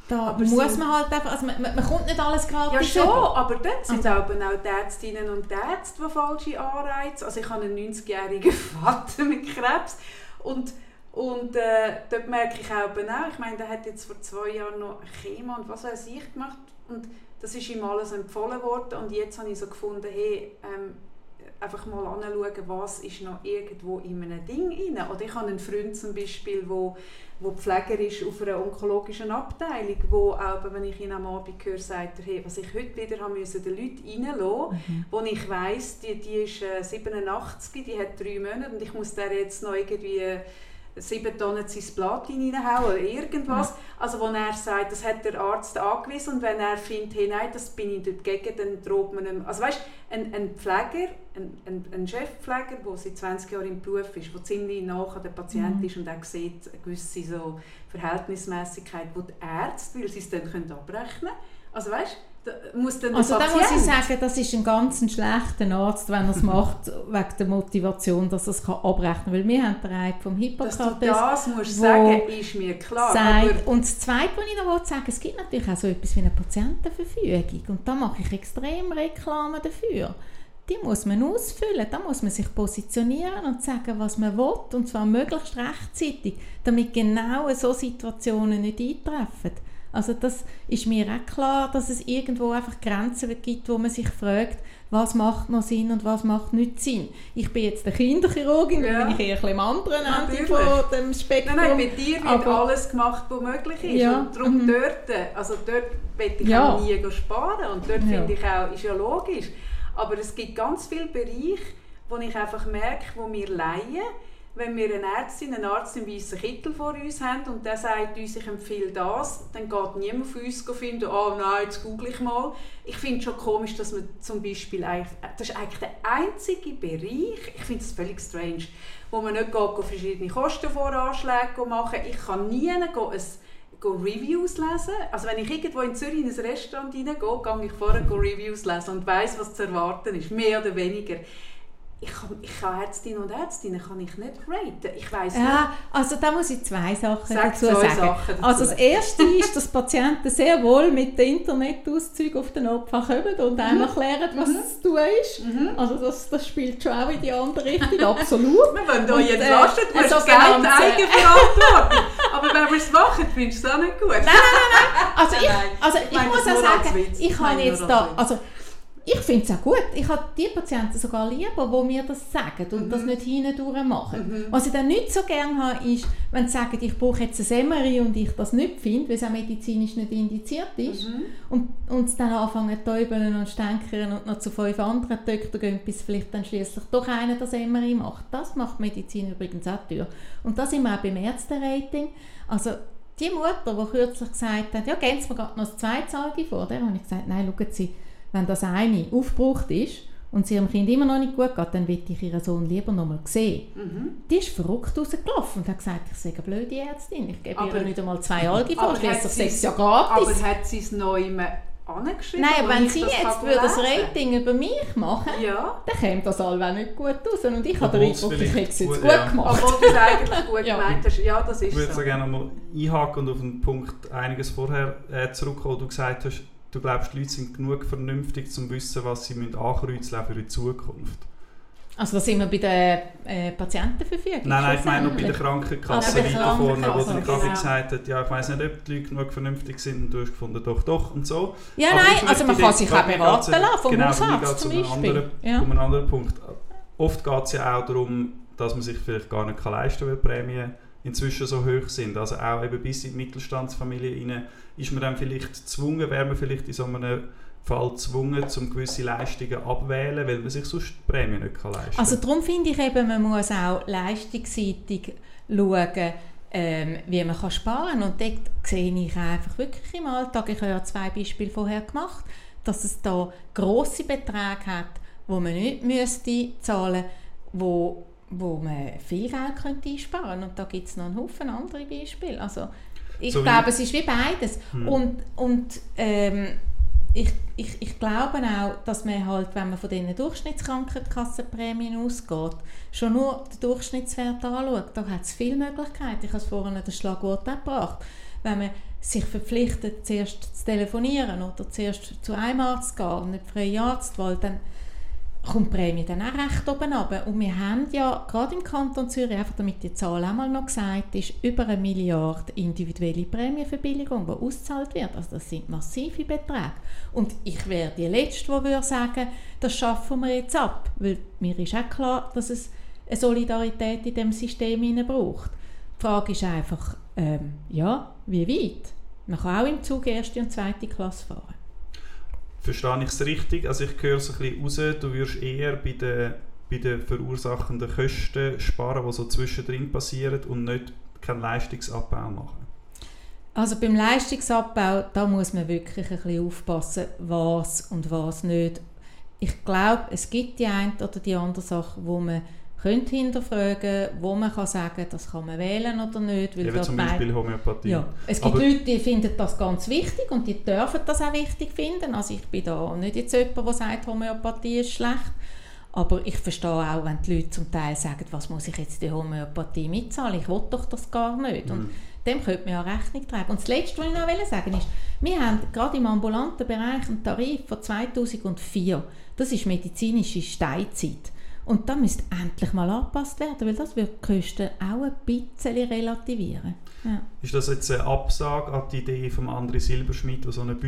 Da aber muss sind, man halt einfach, also man, man, man kommt nicht alles gratis ja schon, über. aber dort sind also. aber auch die Ärztinnen und Ärzte, die falsche Anreize. Also ich habe einen neunzigjährigen Vater mit Krebs und, und äh, dort merke ich auch, auch, ich meine, der hat jetzt vor zwei Jahren noch Chemo und was weiß ich gemacht und das ist ihm alles empfohlen worden und jetzt habe ich so gefunden, hey, ähm, einfach mal anschauen, was ist noch irgendwo in einem Ding rein. Oder ich habe einen Freund zum Beispiel, wo, wo Pfleger ist auf einer onkologischen Abteilung, wo auch, wenn ich ihn am Abend höre, sagt er, hey, was ich heute wieder haben müssen, den Leuten reinlassen, mhm. wo ich weiss, die, die ist äh, siebenundachtzig, die hat drei Monate und ich muss der jetzt noch irgendwie äh, sieben Tonnen Cisplatin reinhauen oder irgendwas. Ja. Also wo er sagt, das hat der Arzt angewiesen und wenn er findet, hey, nein, das bin ich dagegen, dann droht man ihm. Also weißt, ein, ein Pfleger, ein, ein, ein Chefpfleger, der seit zwanzig Jahren im Beruf ist, der ziemlich nah an den Patienten mhm. ist und auch sieht eine gewisse so Verhältnismäßigkeit, wo die Ärzte, weil sie es dann abrechnen können. Also weißt, muss dann also da muss ich sagen, das ist ein ganz schlechter Arzt, wenn er es macht, wegen der Motivation, dass er es abrechnen kann. Weil wir haben den Eid vom Hippokrates. Dass du das musst sagen, ist mir klar. Sagt, und das Zweite, was ich noch sagen will, es gibt natürlich auch so etwas wie eine Patientenverfügung. Und da mache ich extrem Reklame dafür. Die muss man ausfüllen, da muss man sich positionieren und sagen, was man will, und zwar möglichst rechtzeitig, damit genau so Situationen nicht eintreffen. Also das ist mir auch klar, dass es irgendwo einfach Grenzen gibt, wo man sich fragt, was macht noch Sinn und was macht nicht Sinn. Ich bin jetzt eine Kinderchirurgin, ja. bin ich eher ein bisschen am anderen Ende von dem Spektrum. Nein, nein, bei dir wird aber alles gemacht, was möglich ist. Ja. Und darum mhm. dort, also dort will ich ja. auch nie sparen. Und dort ja. finde ich auch, ist ja logisch. Aber es gibt ganz viele Bereiche, wo ich einfach merke, wo wir Laien, wenn wir eine Ärztin, einen Arzt im weißen Kittel vor uns haben und der sagt uns, ich empfehle das, dann geht niemand von uns finden, oh nein, jetzt google ich mal. Ich finde es schon komisch, dass man zum Beispiel, das ist eigentlich der einzige Bereich, ich finde es völlig strange, wo man nicht geht, verschiedene Kostenvoranschläge machen. Ich kann nie ein Reviews lesen. Also wenn ich irgendwo in Zürich in ein Restaurant reingehe, gehe ich vorher Reviews lesen und weiss, was zu erwarten ist, mehr oder weniger. Ich kann, ich kann Ärztinnen und Ärztinnen kann ich nicht raten. Ich weiss ja, nicht. Also da muss ich zwei Sachen Sag dazu zwei sagen. Sachen dazu. Also das Erste ist, dass Patienten sehr wohl mit den Internetauszügen auf den Opfer kommen und einem mhm. erklären, was mhm. zu tun ist. Mhm. Also das, das spielt schon auch in die andere Richtung, absolut. Wir wollen euch entlasten, du hast gesagt, Eigenverantwortung. Aber wenn wir es machen, findest du es auch nicht gut. Nein, nein, nein. Also ich, nein, also ich, ich muss auch sagen, ich habe jetzt da... Also, ich finde es auch gut. Ich habe die Patienten sogar lieber, die mir das sagen und mhm. das nicht hindurch machen. Mhm. Was ich dann nicht so gerne habe, ist, wenn sie sagen, ich brauche jetzt ein M R I und ich das nicht finde, weil es auch medizinisch nicht indiziert ist, mhm. und, und sie dann anfangen zu täubeln und stänkern und noch zu fünf anderen Doktoren gehen, bis vielleicht dann schliesslich doch einer das M R I macht. Das macht Medizin übrigens auch teuer. Und da sind wir auch beim Ärzterating. Also die Mutter, die kürzlich gesagt hat, ja, geben Sie mir gerade noch das Zweizahlige vor, der habe ich gesagt, nein, schauen Sie, wenn das eine aufgebraucht ist und sie ihrem Kind immer noch nicht gut geht, dann will ich ihren Sohn lieber noch mal sehen. Mhm. Die ist verrückt rausgelaufen und hat gesagt, ich sei eine blöde Ärztin, ich gebe ihr nicht einmal zwei Algi vor, schliesslich sei es ja gratis. Aber hat sie es noch immer angeschrieben? Nein, wenn sie jetzt das, das Rating über mich machen, ja. dann käme das allweil nicht gut raus. Und ich habe den Eindruck, ich hätte es jetzt gut, gut ja. gemacht. Obwohl du es eigentlich gut ja. gemeint hast. Ja, das ist ich würde so. so gerne mal einhaken und auf den Punkt einiges vorher äh, zurückkommen, wo du gesagt hast, du glaubst, die Leute sind genug vernünftig, um zu wissen, was sie ankreuzeln für die Zukunft. Also da sind wir bei der äh, Patientenverfügung? Nein, nein, ich meine noch bei der Krankenkasse ah, weiter vorne, wo also, der Kaffee genau. gesagt hat, ja, ich weiss nicht, ob die Leute genug vernünftig sind und du hast gefunden, doch, doch und so. Ja, aber nein, also man kann sich auch beraten lassen, vom genau, Hausarzt zum Beispiel. Anderen, ja. Um einen anderen Punkt. Oft geht es ja auch darum, dass man sich vielleicht gar nicht leisten kann, weil die Prämien inzwischen so hoch sind. Also auch eben bis in die Mittelstandsfamilie rein ist man dann vielleicht gezwungen, wäre man vielleicht in so einem Fall gezwungen, um gewisse Leistungen abwählen, weil man sich sonst die Prämie nicht leisten kann. Also darum finde ich eben, man muss auch leistungsseitig schauen, ähm, wie man kann sparen kann. Und dort sehe ich einfach wirklich im Alltag, ich habe ja zwei Beispiele vorher gemacht, dass es da grosse Beträge hat, die man nicht müsste zahlen müsste, wo, wo man viel Geld könnte einsparen könnte. Und da gibt es noch einen Haufen andere Beispiele. Also ich so glaube, es ist wie beides. Hm. Und, und ähm, ich, ich, ich glaube auch, dass man halt, wenn man von diesen Durchschnittskrankenkassenprämien ausgeht, schon nur den Durchschnittswert anschaut. Da hat es viele Möglichkeiten. Ich habe es vorhin das Schlagwort auch gebracht. wenn man sich verpflichtet, zuerst zu telefonieren oder zuerst zu einem Arzt zu gehen und nicht freie Arztwahl, dann kommt die Prämie dann auch recht oben runter. Und wir haben ja gerade im Kanton Zürich, einfach damit die Zahl auch mal noch gesagt ist, über eine Milliarde individuelle Prämienverbilligung, die ausgezahlt wird. Also das sind massive Beträge. Und ich wäre die Letzte, die würde sagen, das schaffen wir jetzt ab. Weil mir ist auch klar, dass es eine Solidarität in diesem System braucht. Die Frage ist einfach, ähm, ja, wie weit? Man kann auch im Zug erste und zweite Klasse fahren. Verstehe ich es richtig? Also ich höre so ein bisschen raus, du würdest eher bei den, bei den verursachenden Kosten sparen, die so zwischendrin passieren und nicht keinen Leistungsabbau machen? Also beim Leistungsabbau, da muss man wirklich ein bisschen aufpassen, was und was nicht. Ich glaube, es gibt die eine oder die andere Sache, wo man könnte hinterfragen, wo man kann sagen, das kann man wählen oder nicht. Weil Eben zum Beispiel Homöopathie. Ja. Es gibt Aber Leute, die finden das ganz wichtig und die dürfen das auch wichtig finden. Also ich bin da nicht jetzt jemand, der sagt, Homöopathie ist schlecht. Aber ich verstehe auch, wenn die Leute zum Teil sagen, was muss ich jetzt die Homöopathie mitzahlen? Ich will doch das gar nicht. Mhm. Und dem könnte man ja Rechnung tragen. Und das Letzte, was ich noch sagen will, ist, wir haben gerade im ambulanten Bereich einen Tarif von zweitausendvier. Das ist medizinische Steinzeit. Und da müsste endlich mal angepasst werden, weil das würde die Kosten auch ein bisschen relativieren. Ja. Ist das jetzt eine Absage an die Idee von André Silberschmidt, der so eine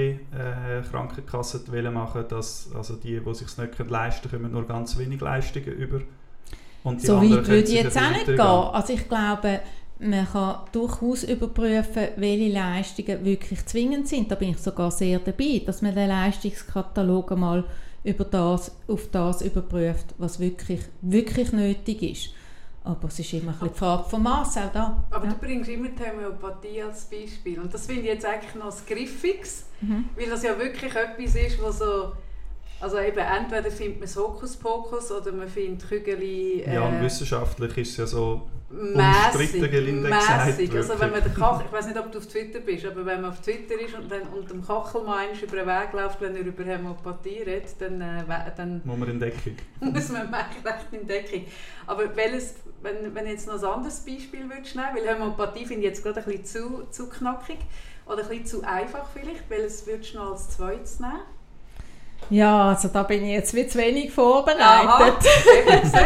Budget-Krankenkasse äh, machen wollte, dass also die, die es sich nicht leisten können, nur ganz wenig Leistungen über? Und die so anderen weit würde ich sich jetzt auch nicht gehen. Also ich glaube, man kann durchaus überprüfen, welche Leistungen wirklich zwingend sind. Da bin ich sogar sehr dabei, dass man den Leistungskatalog mal über das, auf das überprüft, was wirklich, wirklich nötig ist. Aber es ist immer ein bisschen die Frage vom Mass auch da. Aber ja. du bringst immer die Homöopathie als Beispiel. Und das finde ich jetzt eigentlich noch das Griffiges, Mhm. weil das ja wirklich etwas ist, was so... Also eben, entweder findet man es Hokuspokus oder man findet Kügeli... Äh, Ja, und wissenschaftlich ist es ja so mässig, umstritten, gelinde gesagt. mässig. Also wenn man wirklich. den Kachel, ich weiß nicht, ob du auf Twitter bist, aber wenn man auf Twitter ist und, dann, und dem Kachelmann über den Weg läuft, wenn er über Hämopathie redet, dann, äh, dann muss man in Deckung. muss man eigentlich recht in Deckung. Aber welches, wenn, wenn jetzt noch ein anderes Beispiel würdest nehmen, weil Hämopathie finde ich jetzt gerade ein bisschen zu, zu knackig oder ein bisschen zu einfach vielleicht, welches würdest du noch als zweites nehmen? Ja, also da bin ich jetzt wie zu wenig vorbereitet. Aha, eben, siehst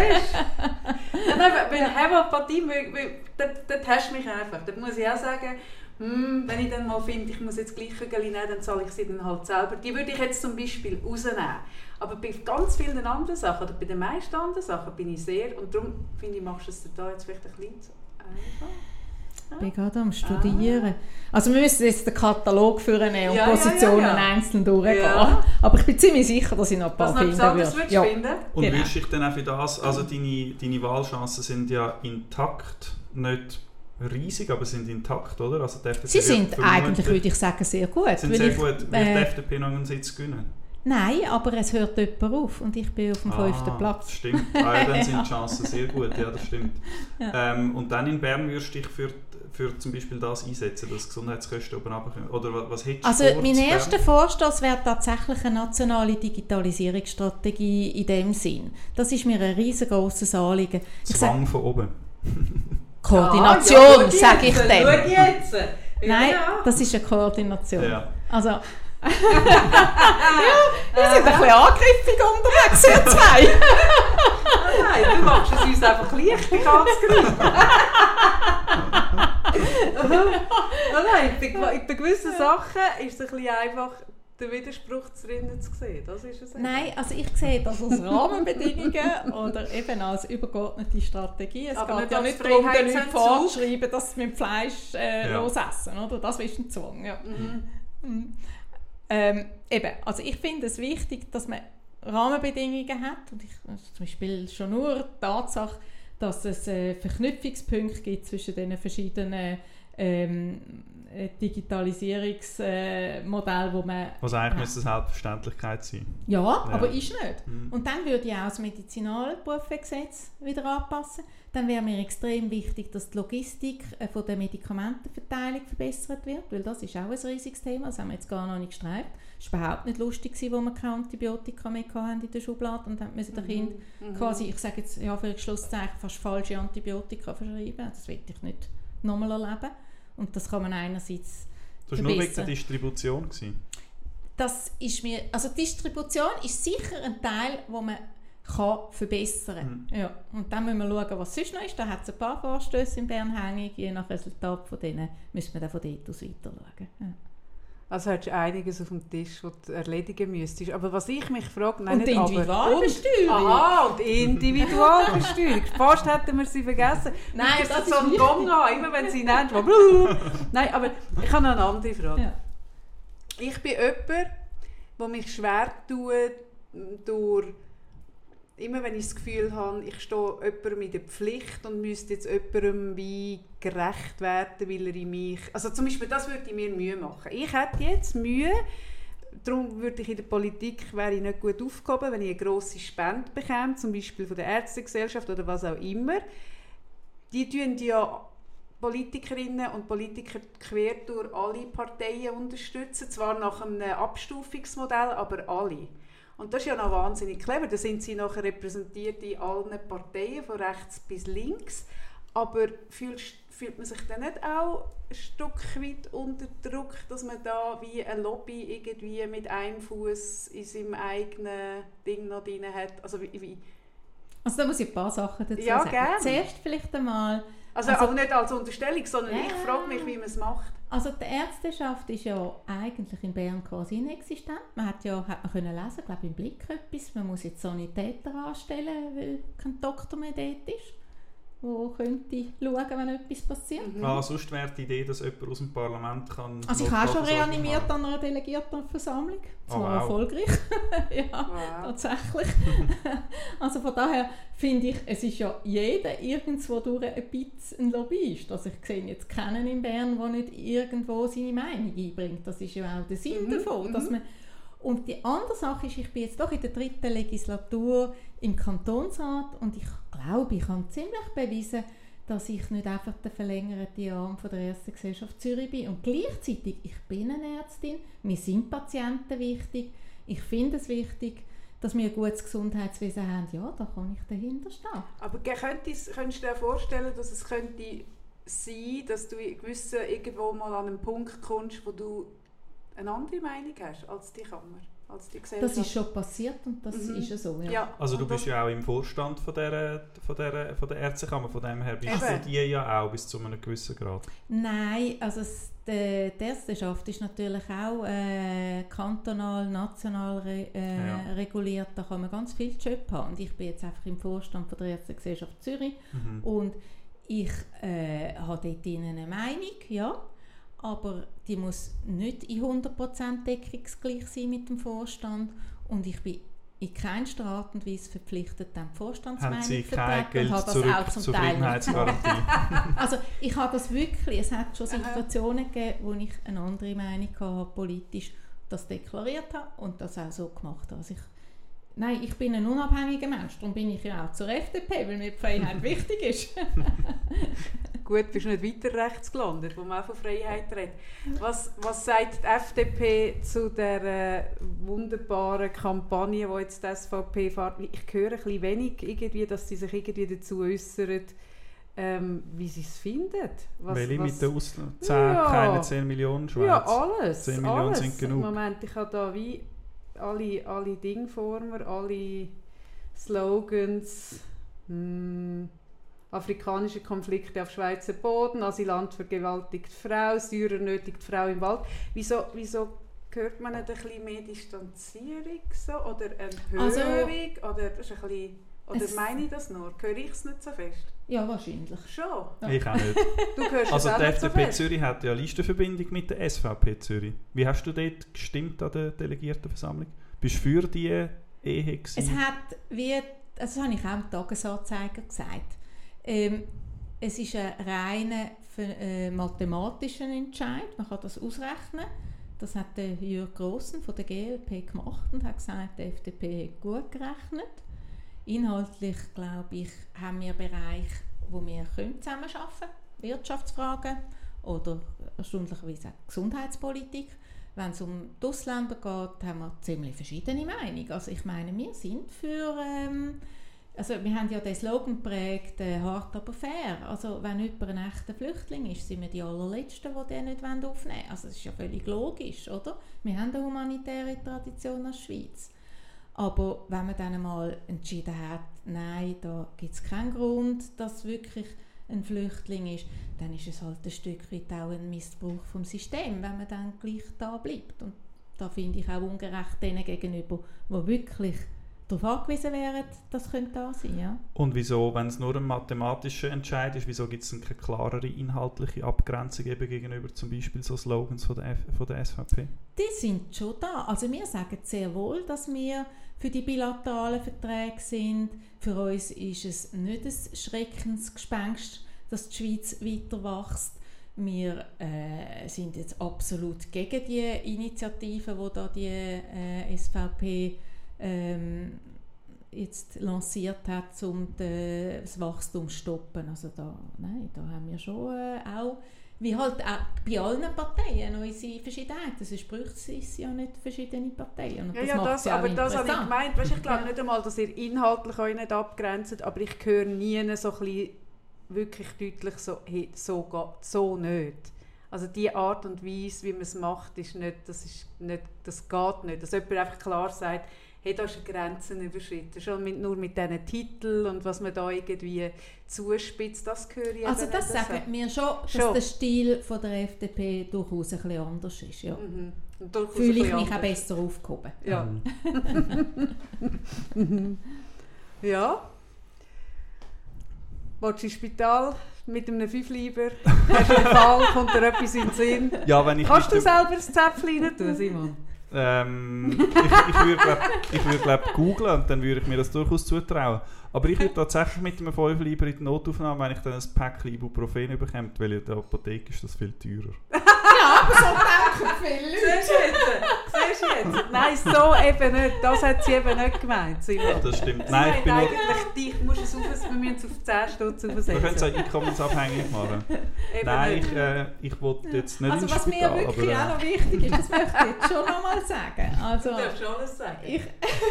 du. Ja, nein, bei Hämopathie, dort, dort hast du mich einfach. Dort muss ich auch sagen, hm, wenn ich dann mal finde, ich muss jetzt gleich Kügel nehmen, dann zahle ich sie dann halt selber. Die würde ich jetzt zum Beispiel rausnehmen. Aber bei ganz vielen anderen Sachen, oder bei den meisten anderen Sachen, bin ich sehr, und darum finde ich, machst du es da jetzt vielleicht ein bisschen zu einfach. Ich bin gerade am Studieren. Ah. Also wir müssen jetzt den Katalog führen und ja, Positionen ja, ja, ja. einzeln durchgehen. Ja. Aber ich bin ziemlich sicher, dass ich noch ein paar was finden noch etwas würde. würdest Ja. finden? Und Genau. würdest du dich dann auch für das, also deine, deine Wahlchancen sind ja intakt, nicht riesig, aber sind intakt, oder? Also die F D P Sie sind wird eigentlich, würde ich sagen, sehr gut. sind weil sehr ich, gut. Wird äh, die F D P noch einen Sitz gewinnen? Nein, aber es hört jemand auf und ich bin auf dem Ah, fünften Platz. Das stimmt. Ah, ja, dann sind die Chancen sehr gut, ja, das stimmt. Ja. Ähm, und dann in Bern würdest du dich für, für zum Beispiel das einsetzen, dass Gesundheitskosten oben runterkommen? Oder was, was hättest du Also vor mein zu erster Bern? Vorstoß wäre tatsächlich eine nationale Digitalisierungsstrategie in dem Sinn. Das ist mir ein riesengroßes Anliegen. Ich sag, Zwang von oben. Koordination, Ah, ja, schau sage ich jetzt, dem. schau jetzt. Nein, Ja. das ist eine Koordination. Ja. Also, ja, wir sind ein bisschen angriffig unterwegs, wir zwei. Nein, du machst es uns einfach leicht, dich anzugreifen. Oh nein, bei, bei gewissen Sachen ist es ein bisschen einfach, den Widerspruch drinnen zu sehen. Das ist es. Nein, also ich sehe das als Rahmenbedingungen oder eben als übergeordnete Strategie. Es Aber geht nicht ja als nicht darum, den Leuten Freiheitsentzug. vorzuschreiben, dass sie mit Fleisch äh, Ja. losessen, oder? Das ist ein Zwang, ja. Mhm. Mhm. Ähm, eben, also ich finde es wichtig, dass man Rahmenbedingungen hat. Und ich, also zum Beispiel schon nur die Tatsache, dass es äh, Verknüpfungspunkte gibt zwischen den verschiedenen ähm, äh, Digitalisierungsmodellen, wo man... Was eigentlich Ja. müsste eine Selbstverständlichkeit sein. Ja, Ja. aber ist nicht. Mhm. Und dann würde ich auch das Medizinalberufsgesetz wieder anpassen. Dann wäre mir extrem wichtig, dass die Logistik äh, von der Medikamentenverteilung verbessert wird, weil das ist auch ein riesiges Thema, das haben wir jetzt gar noch nicht gestreift. Es war überhaupt nicht lustig, als wir keine Antibiotika mehr hatten in der Schublade und dann müssen den Kindern Mhm. quasi, ich sage jetzt ja für Schlusszeichen, fast falsche Antibiotika verschreiben. Das will ich nicht nochmal erleben. Und das kann man einerseits Das war nur wegen der Distribution gewesen. Das ist mir, also die Distribution ist sicher ein Teil, wo man kann verbessern kann. Mhm. Ja. Und dann müssen wir schauen, was sonst noch ist. Da hat es ein paar Vorstöße in Bern hängig. Je nach Resultat von denen müssen wir dann von dort aus weiter schauen. Ja. Also hast du einiges auf dem Tisch, was du erledigen müsstest. Aber was ich mich frage... Nein, und die Individualbesteuerung. Aha, und die Individualbesteuerung. Fast hätten wir sie vergessen. Nein, das, das ist so ein Gong an, immer wenn sie nennt. Nein, aber ich habe noch eine andere Frage. Ja. Ich bin jemand, der mich schwer tut, durch... Immer wenn ich das Gefühl habe, ich stehe jemandem in der Pflicht und müsste jetzt jemandem wie gerecht werden, weil er in mich... Also zum Beispiel, das würde mir Mühe machen. Ich hätte jetzt Mühe, darum würde ich in der Politik, wäre ich nicht gut aufgehoben, wenn ich eine grosse Spende bekäme, zum Beispiel von der Ärztegesellschaft oder was auch immer. Die tun ja Politikerinnen und Politiker quer durch alle Parteien unterstützen, zwar nach einem Abstufungsmodell, aber alle. Und das ist ja noch wahnsinnig clever. Da sind sie nachher repräsentiert in allen Parteien, von rechts bis links. Aber fühlt, fühlt man sich dann nicht auch ein Stück weit unter Druck, dass man da wie eine Lobby irgendwie mit einem Fuß in seinem eigenen Ding noch drin hat? Also, wie, wie also da muss ich ein paar Sachen dazu ja, sagen. Gern. Zuerst vielleicht einmal... Also, also auch nicht als Unterstellung, sondern ja. ich frage mich, wie man es macht. Also die Ärzteschaft ist ja eigentlich in Bern quasi inexistent. Man hat ja, hat man können lesen, glaube im Blick etwas. Man muss jetzt Sanitäter anstellen, weil kein Doktor mehr dort ist, der könnte schauen, wenn etwas passiert. Mhm. Ah, sonst wäre die Idee, dass jemand aus dem Parlament kann... Also ich habe schon reanimiert an einer Delegiertenversammlung. Das oh, war wow. erfolgreich. ja, wow. tatsächlich. Also von daher finde ich, es ist ja jeder irgendwo durch ein bisschen ein Lobbyist. Also ich sehe jetzt keinen in Bern, der nicht irgendwo seine Meinung einbringt. Das ist ja auch der Sinn mhm. davon, dass man... Und die andere Sache ist, ich bin jetzt doch in der dritten Legislatur im Kantonsrat und ich glaube, ich habe ziemlich bewiesen, dass ich nicht einfach der verlängerte Arm von der Ärztegesellschaft Zürich bin. Und gleichzeitig, ich bin eine Ärztin, mir sind Patienten wichtig, ich finde es wichtig, dass wir ein gutes Gesundheitswesen haben. Ja, da kann ich dahinter stehen. Aber könntest, könntest du dir vorstellen, dass es könnte sein, dass du gewissen irgendwo mal an einen Punkt kommst, wo du eine andere Meinung hast als die Kammer, als die Gesellschaft? Das ist schon passiert und das mhm. ist ja so. Ja. Ja, also du bist ja auch im Vorstand von der, von der, von der Ärztekammer, von dem her bist du die ja auch bis zu einem gewissen Grad. Nein, also es, die, die Ärzteschaft ist natürlich auch äh, kantonal, national re, äh, ja. reguliert, da kann man ganz viel Job haben. Und ich bin jetzt einfach im Vorstand von der Ärztegesellschaft Zürich mhm. und ich äh, habe dort eine Meinung, ja. Aber die muss nicht in hundert Prozent deckungsgleich sein mit dem Vorstand und ich bin in keinster Art und Weise verpflichtet, dem Vorstandsmeinung zu vertreten und habe das auch zum Zufriedenheitsgarantie. Also ich habe das wirklich, es hat schon Situationen gegeben, wo ich eine andere Meinung hatte, politisch das deklariert habe und das auch so gemacht habe. Also ich, nein, ich bin ein unabhängiger Mensch, darum bin ich ja auch zur F D P, weil mir die Freiheit wichtig ist. Gut, bist du nicht weiter rechts gelandet, wo man auch von Freiheit redet. Was, was sagt die F D P zu der äh, wunderbaren Kampagne, die jetzt die S V P fährt? Ich höre ein bisschen wenig, irgendwie, dass sie sich irgendwie dazu äußern, ähm, wie sie es finden. Was, Welche was, mit den Ausland? zehn, ja, keine zehn Millionen Schweiz? Ja, alles. zehn Millionen alles. sind genug. Moment, ich habe da wie alle, alle Dinge vor mir, alle Slogans. Hm. Afrikanische Konflikte auf Schweizer Boden, Asylant vergewaltigt Frau, Syrer nötigt Frau im Wald. Wieso, wieso hört man nicht ein bisschen mehr Distanzierung so? Oder Empörung? Also, oder das ist ein bisschen, oder meine ich das nur? Höre ich es nicht so fest? Ja, wahrscheinlich. Schon? Ja. Ich auch nicht. Du hörst also es auch die nicht F D P so fest. Zürich hat ja eine Listenverbindung mit der S V P Zürich. Wie hast du dort gestimmt an der Delegiertenversammlung? Bist du für die Ehe gewesen? Es hat, wie, also das habe ich auch im Tagesanzeiger gesagt, Ähm, es ist ein reiner äh, mathematischer Entscheid, man kann das ausrechnen. Das hat der Jürg Grossen von der G L P gemacht und hat gesagt, die F D P hat gut gerechnet. Inhaltlich, glaube ich, haben wir Bereiche, wo wir zusammenarbeiten können, Wirtschaftsfragen oder erstaunlicherweise auch Gesundheitspolitik. Wenn es um die Ausländer geht, haben wir ziemlich verschiedene Meinungen. Also ich meine, wir sind für... Ähm, also wir haben ja den Slogan geprägt, äh, hart aber fair. Also wenn jemand ein echter Flüchtling ist, sind wir die allerletzten, die den nicht aufnehmen wollen. Also das ist ja völlig logisch, oder? Wir haben eine humanitäre Tradition als Schweiz. Aber wenn man dann einmal entschieden hat, nein, da gibt es keinen Grund, dass wirklich ein Flüchtling ist, dann ist es halt ein Stück weit auch ein Missbrauch vom System, wenn man dann gleich da bleibt. Und da finde ich auch ungerecht denen gegenüber, die wirklich darauf angewiesen wären, das könnte da sein. Ja. Und wieso, wenn es nur ein mathematischer Entscheid ist, wieso gibt es keine klarere inhaltliche Abgrenzung eben gegenüber zum Beispiel so Slogans von der, F- von der S V P? Die sind schon da. Also wir sagen sehr wohl, dass wir für die bilateralen Verträge sind. Für uns ist es nicht ein Schreckensgespenst, dass die Schweiz weiter wächst. Wir äh, sind jetzt absolut gegen die Initiative, die da die äh, S V P ähm, jetzt lanciert hat, um de, das Wachstum zu stoppen. Also da, nein, da haben wir schon äh, auch, wie halt auch bei allen Parteien, unsere Verschiedenheiten. Sonst braucht es ja nicht verschiedene Parteien. Und ja, das ja, macht das, ja aber auch das habe ich gemeint. Weißt, ich glaube ja. nicht einmal, dass ihr inhaltlich euch nicht abgrenzt, aber ich höre nie so ein bisschen wirklich deutlich so, hey, so geht so nicht. Also die Art und Weise, wie man es macht, ist nicht, das, ist nicht, das geht nicht. Dass jemand einfach klar sagt, hey, da ist Grenzen überschritten. Schon mit, nur mit diesen Titeln und was man da irgendwie zuspitzt, das höre ich Also das sagen so. wir schon, dass schon. Der Stil von der F D P durchaus ein bisschen anders ist. Ja. Mhm. Fühle ich mich anders. Auch besser aufgehoben. Ja. Mhm. Ja. Willst du ins Spital mit einem Fünfleiber? Hast du einen Fall? Kommt dir etwas in den Sinn? Ja, wenn ich Kannst du selber das Zäpfchen rein tun, Simon? Ähm, ich ich würde glaube würd, glaub, googlen und dann würde ich mir das durchaus zutrauen. Aber ich würde tatsächlich mit einem Fünfleiber in die Notaufnahme, wenn ich dann ein Päckchen Ibuprofen bekomme, weil in der Apotheke ist das viel teurer. Ja, aber so denken viele Leute. Siehst du jetzt? Siehst du jetzt? Nein, so eben nicht. Das hat sie eben nicht gemeint, Simon. Das stimmt. Sie Nein, ich bin eigentlich nur... dich, musst es auf, wir müssen es auf zehn Stutz übersetzen. Wir können es auch einkommensabhängig machen. Eben Nein, nicht. ich, äh, ich wollte jetzt nicht also ins was Spital. mir wirklich aber, äh, auch noch wichtig ist, das möchte ich jetzt schon noch mal sagen. Also, du darfst alles sagen. Ich,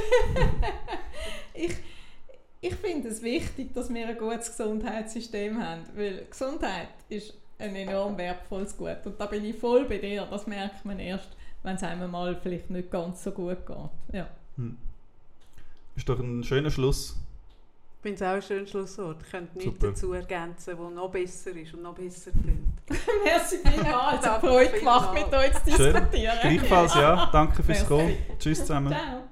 ich, ich finde es wichtig, dass wir ein gutes Gesundheitssystem haben, weil Gesundheit ist ein enorm wertvolles Gut. Und da bin ich voll bei dir, das merkt man erst, wenn es einem mal vielleicht nicht ganz so gut geht. Ja. Hm. Ist doch ein schöner Schluss. Ich finde es auch ein schöner Schlusswort. Ich könnte nichts Super. dazu ergänzen, was noch besser ist und noch besser klingt. Merci vielmals, es hat Freude gemacht, mit euch zu Schön. diskutieren. Gleichfalls, ja. Danke fürs Merci. Kommen. Tschüss zusammen. Ciao.